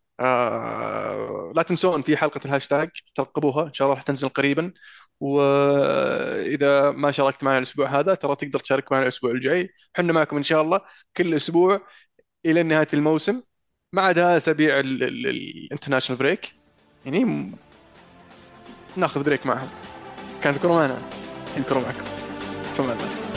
لا تنسون في حلقة الهاشتاج ترقبوها، ان شاء الله راح تنزل قريبا. واذا ما شاركت معنا الاسبوع هذا ترى تقدر تشارك معنا الاسبوع الجاي، حنا معكم ان شاء الله كل اسبوع الى نهاية الموسم، ما عدا اسابيع الانترناشونال بريك، يعني ناخذ بريك معهم. كانت الكرة معنا، الكرة معكم. فما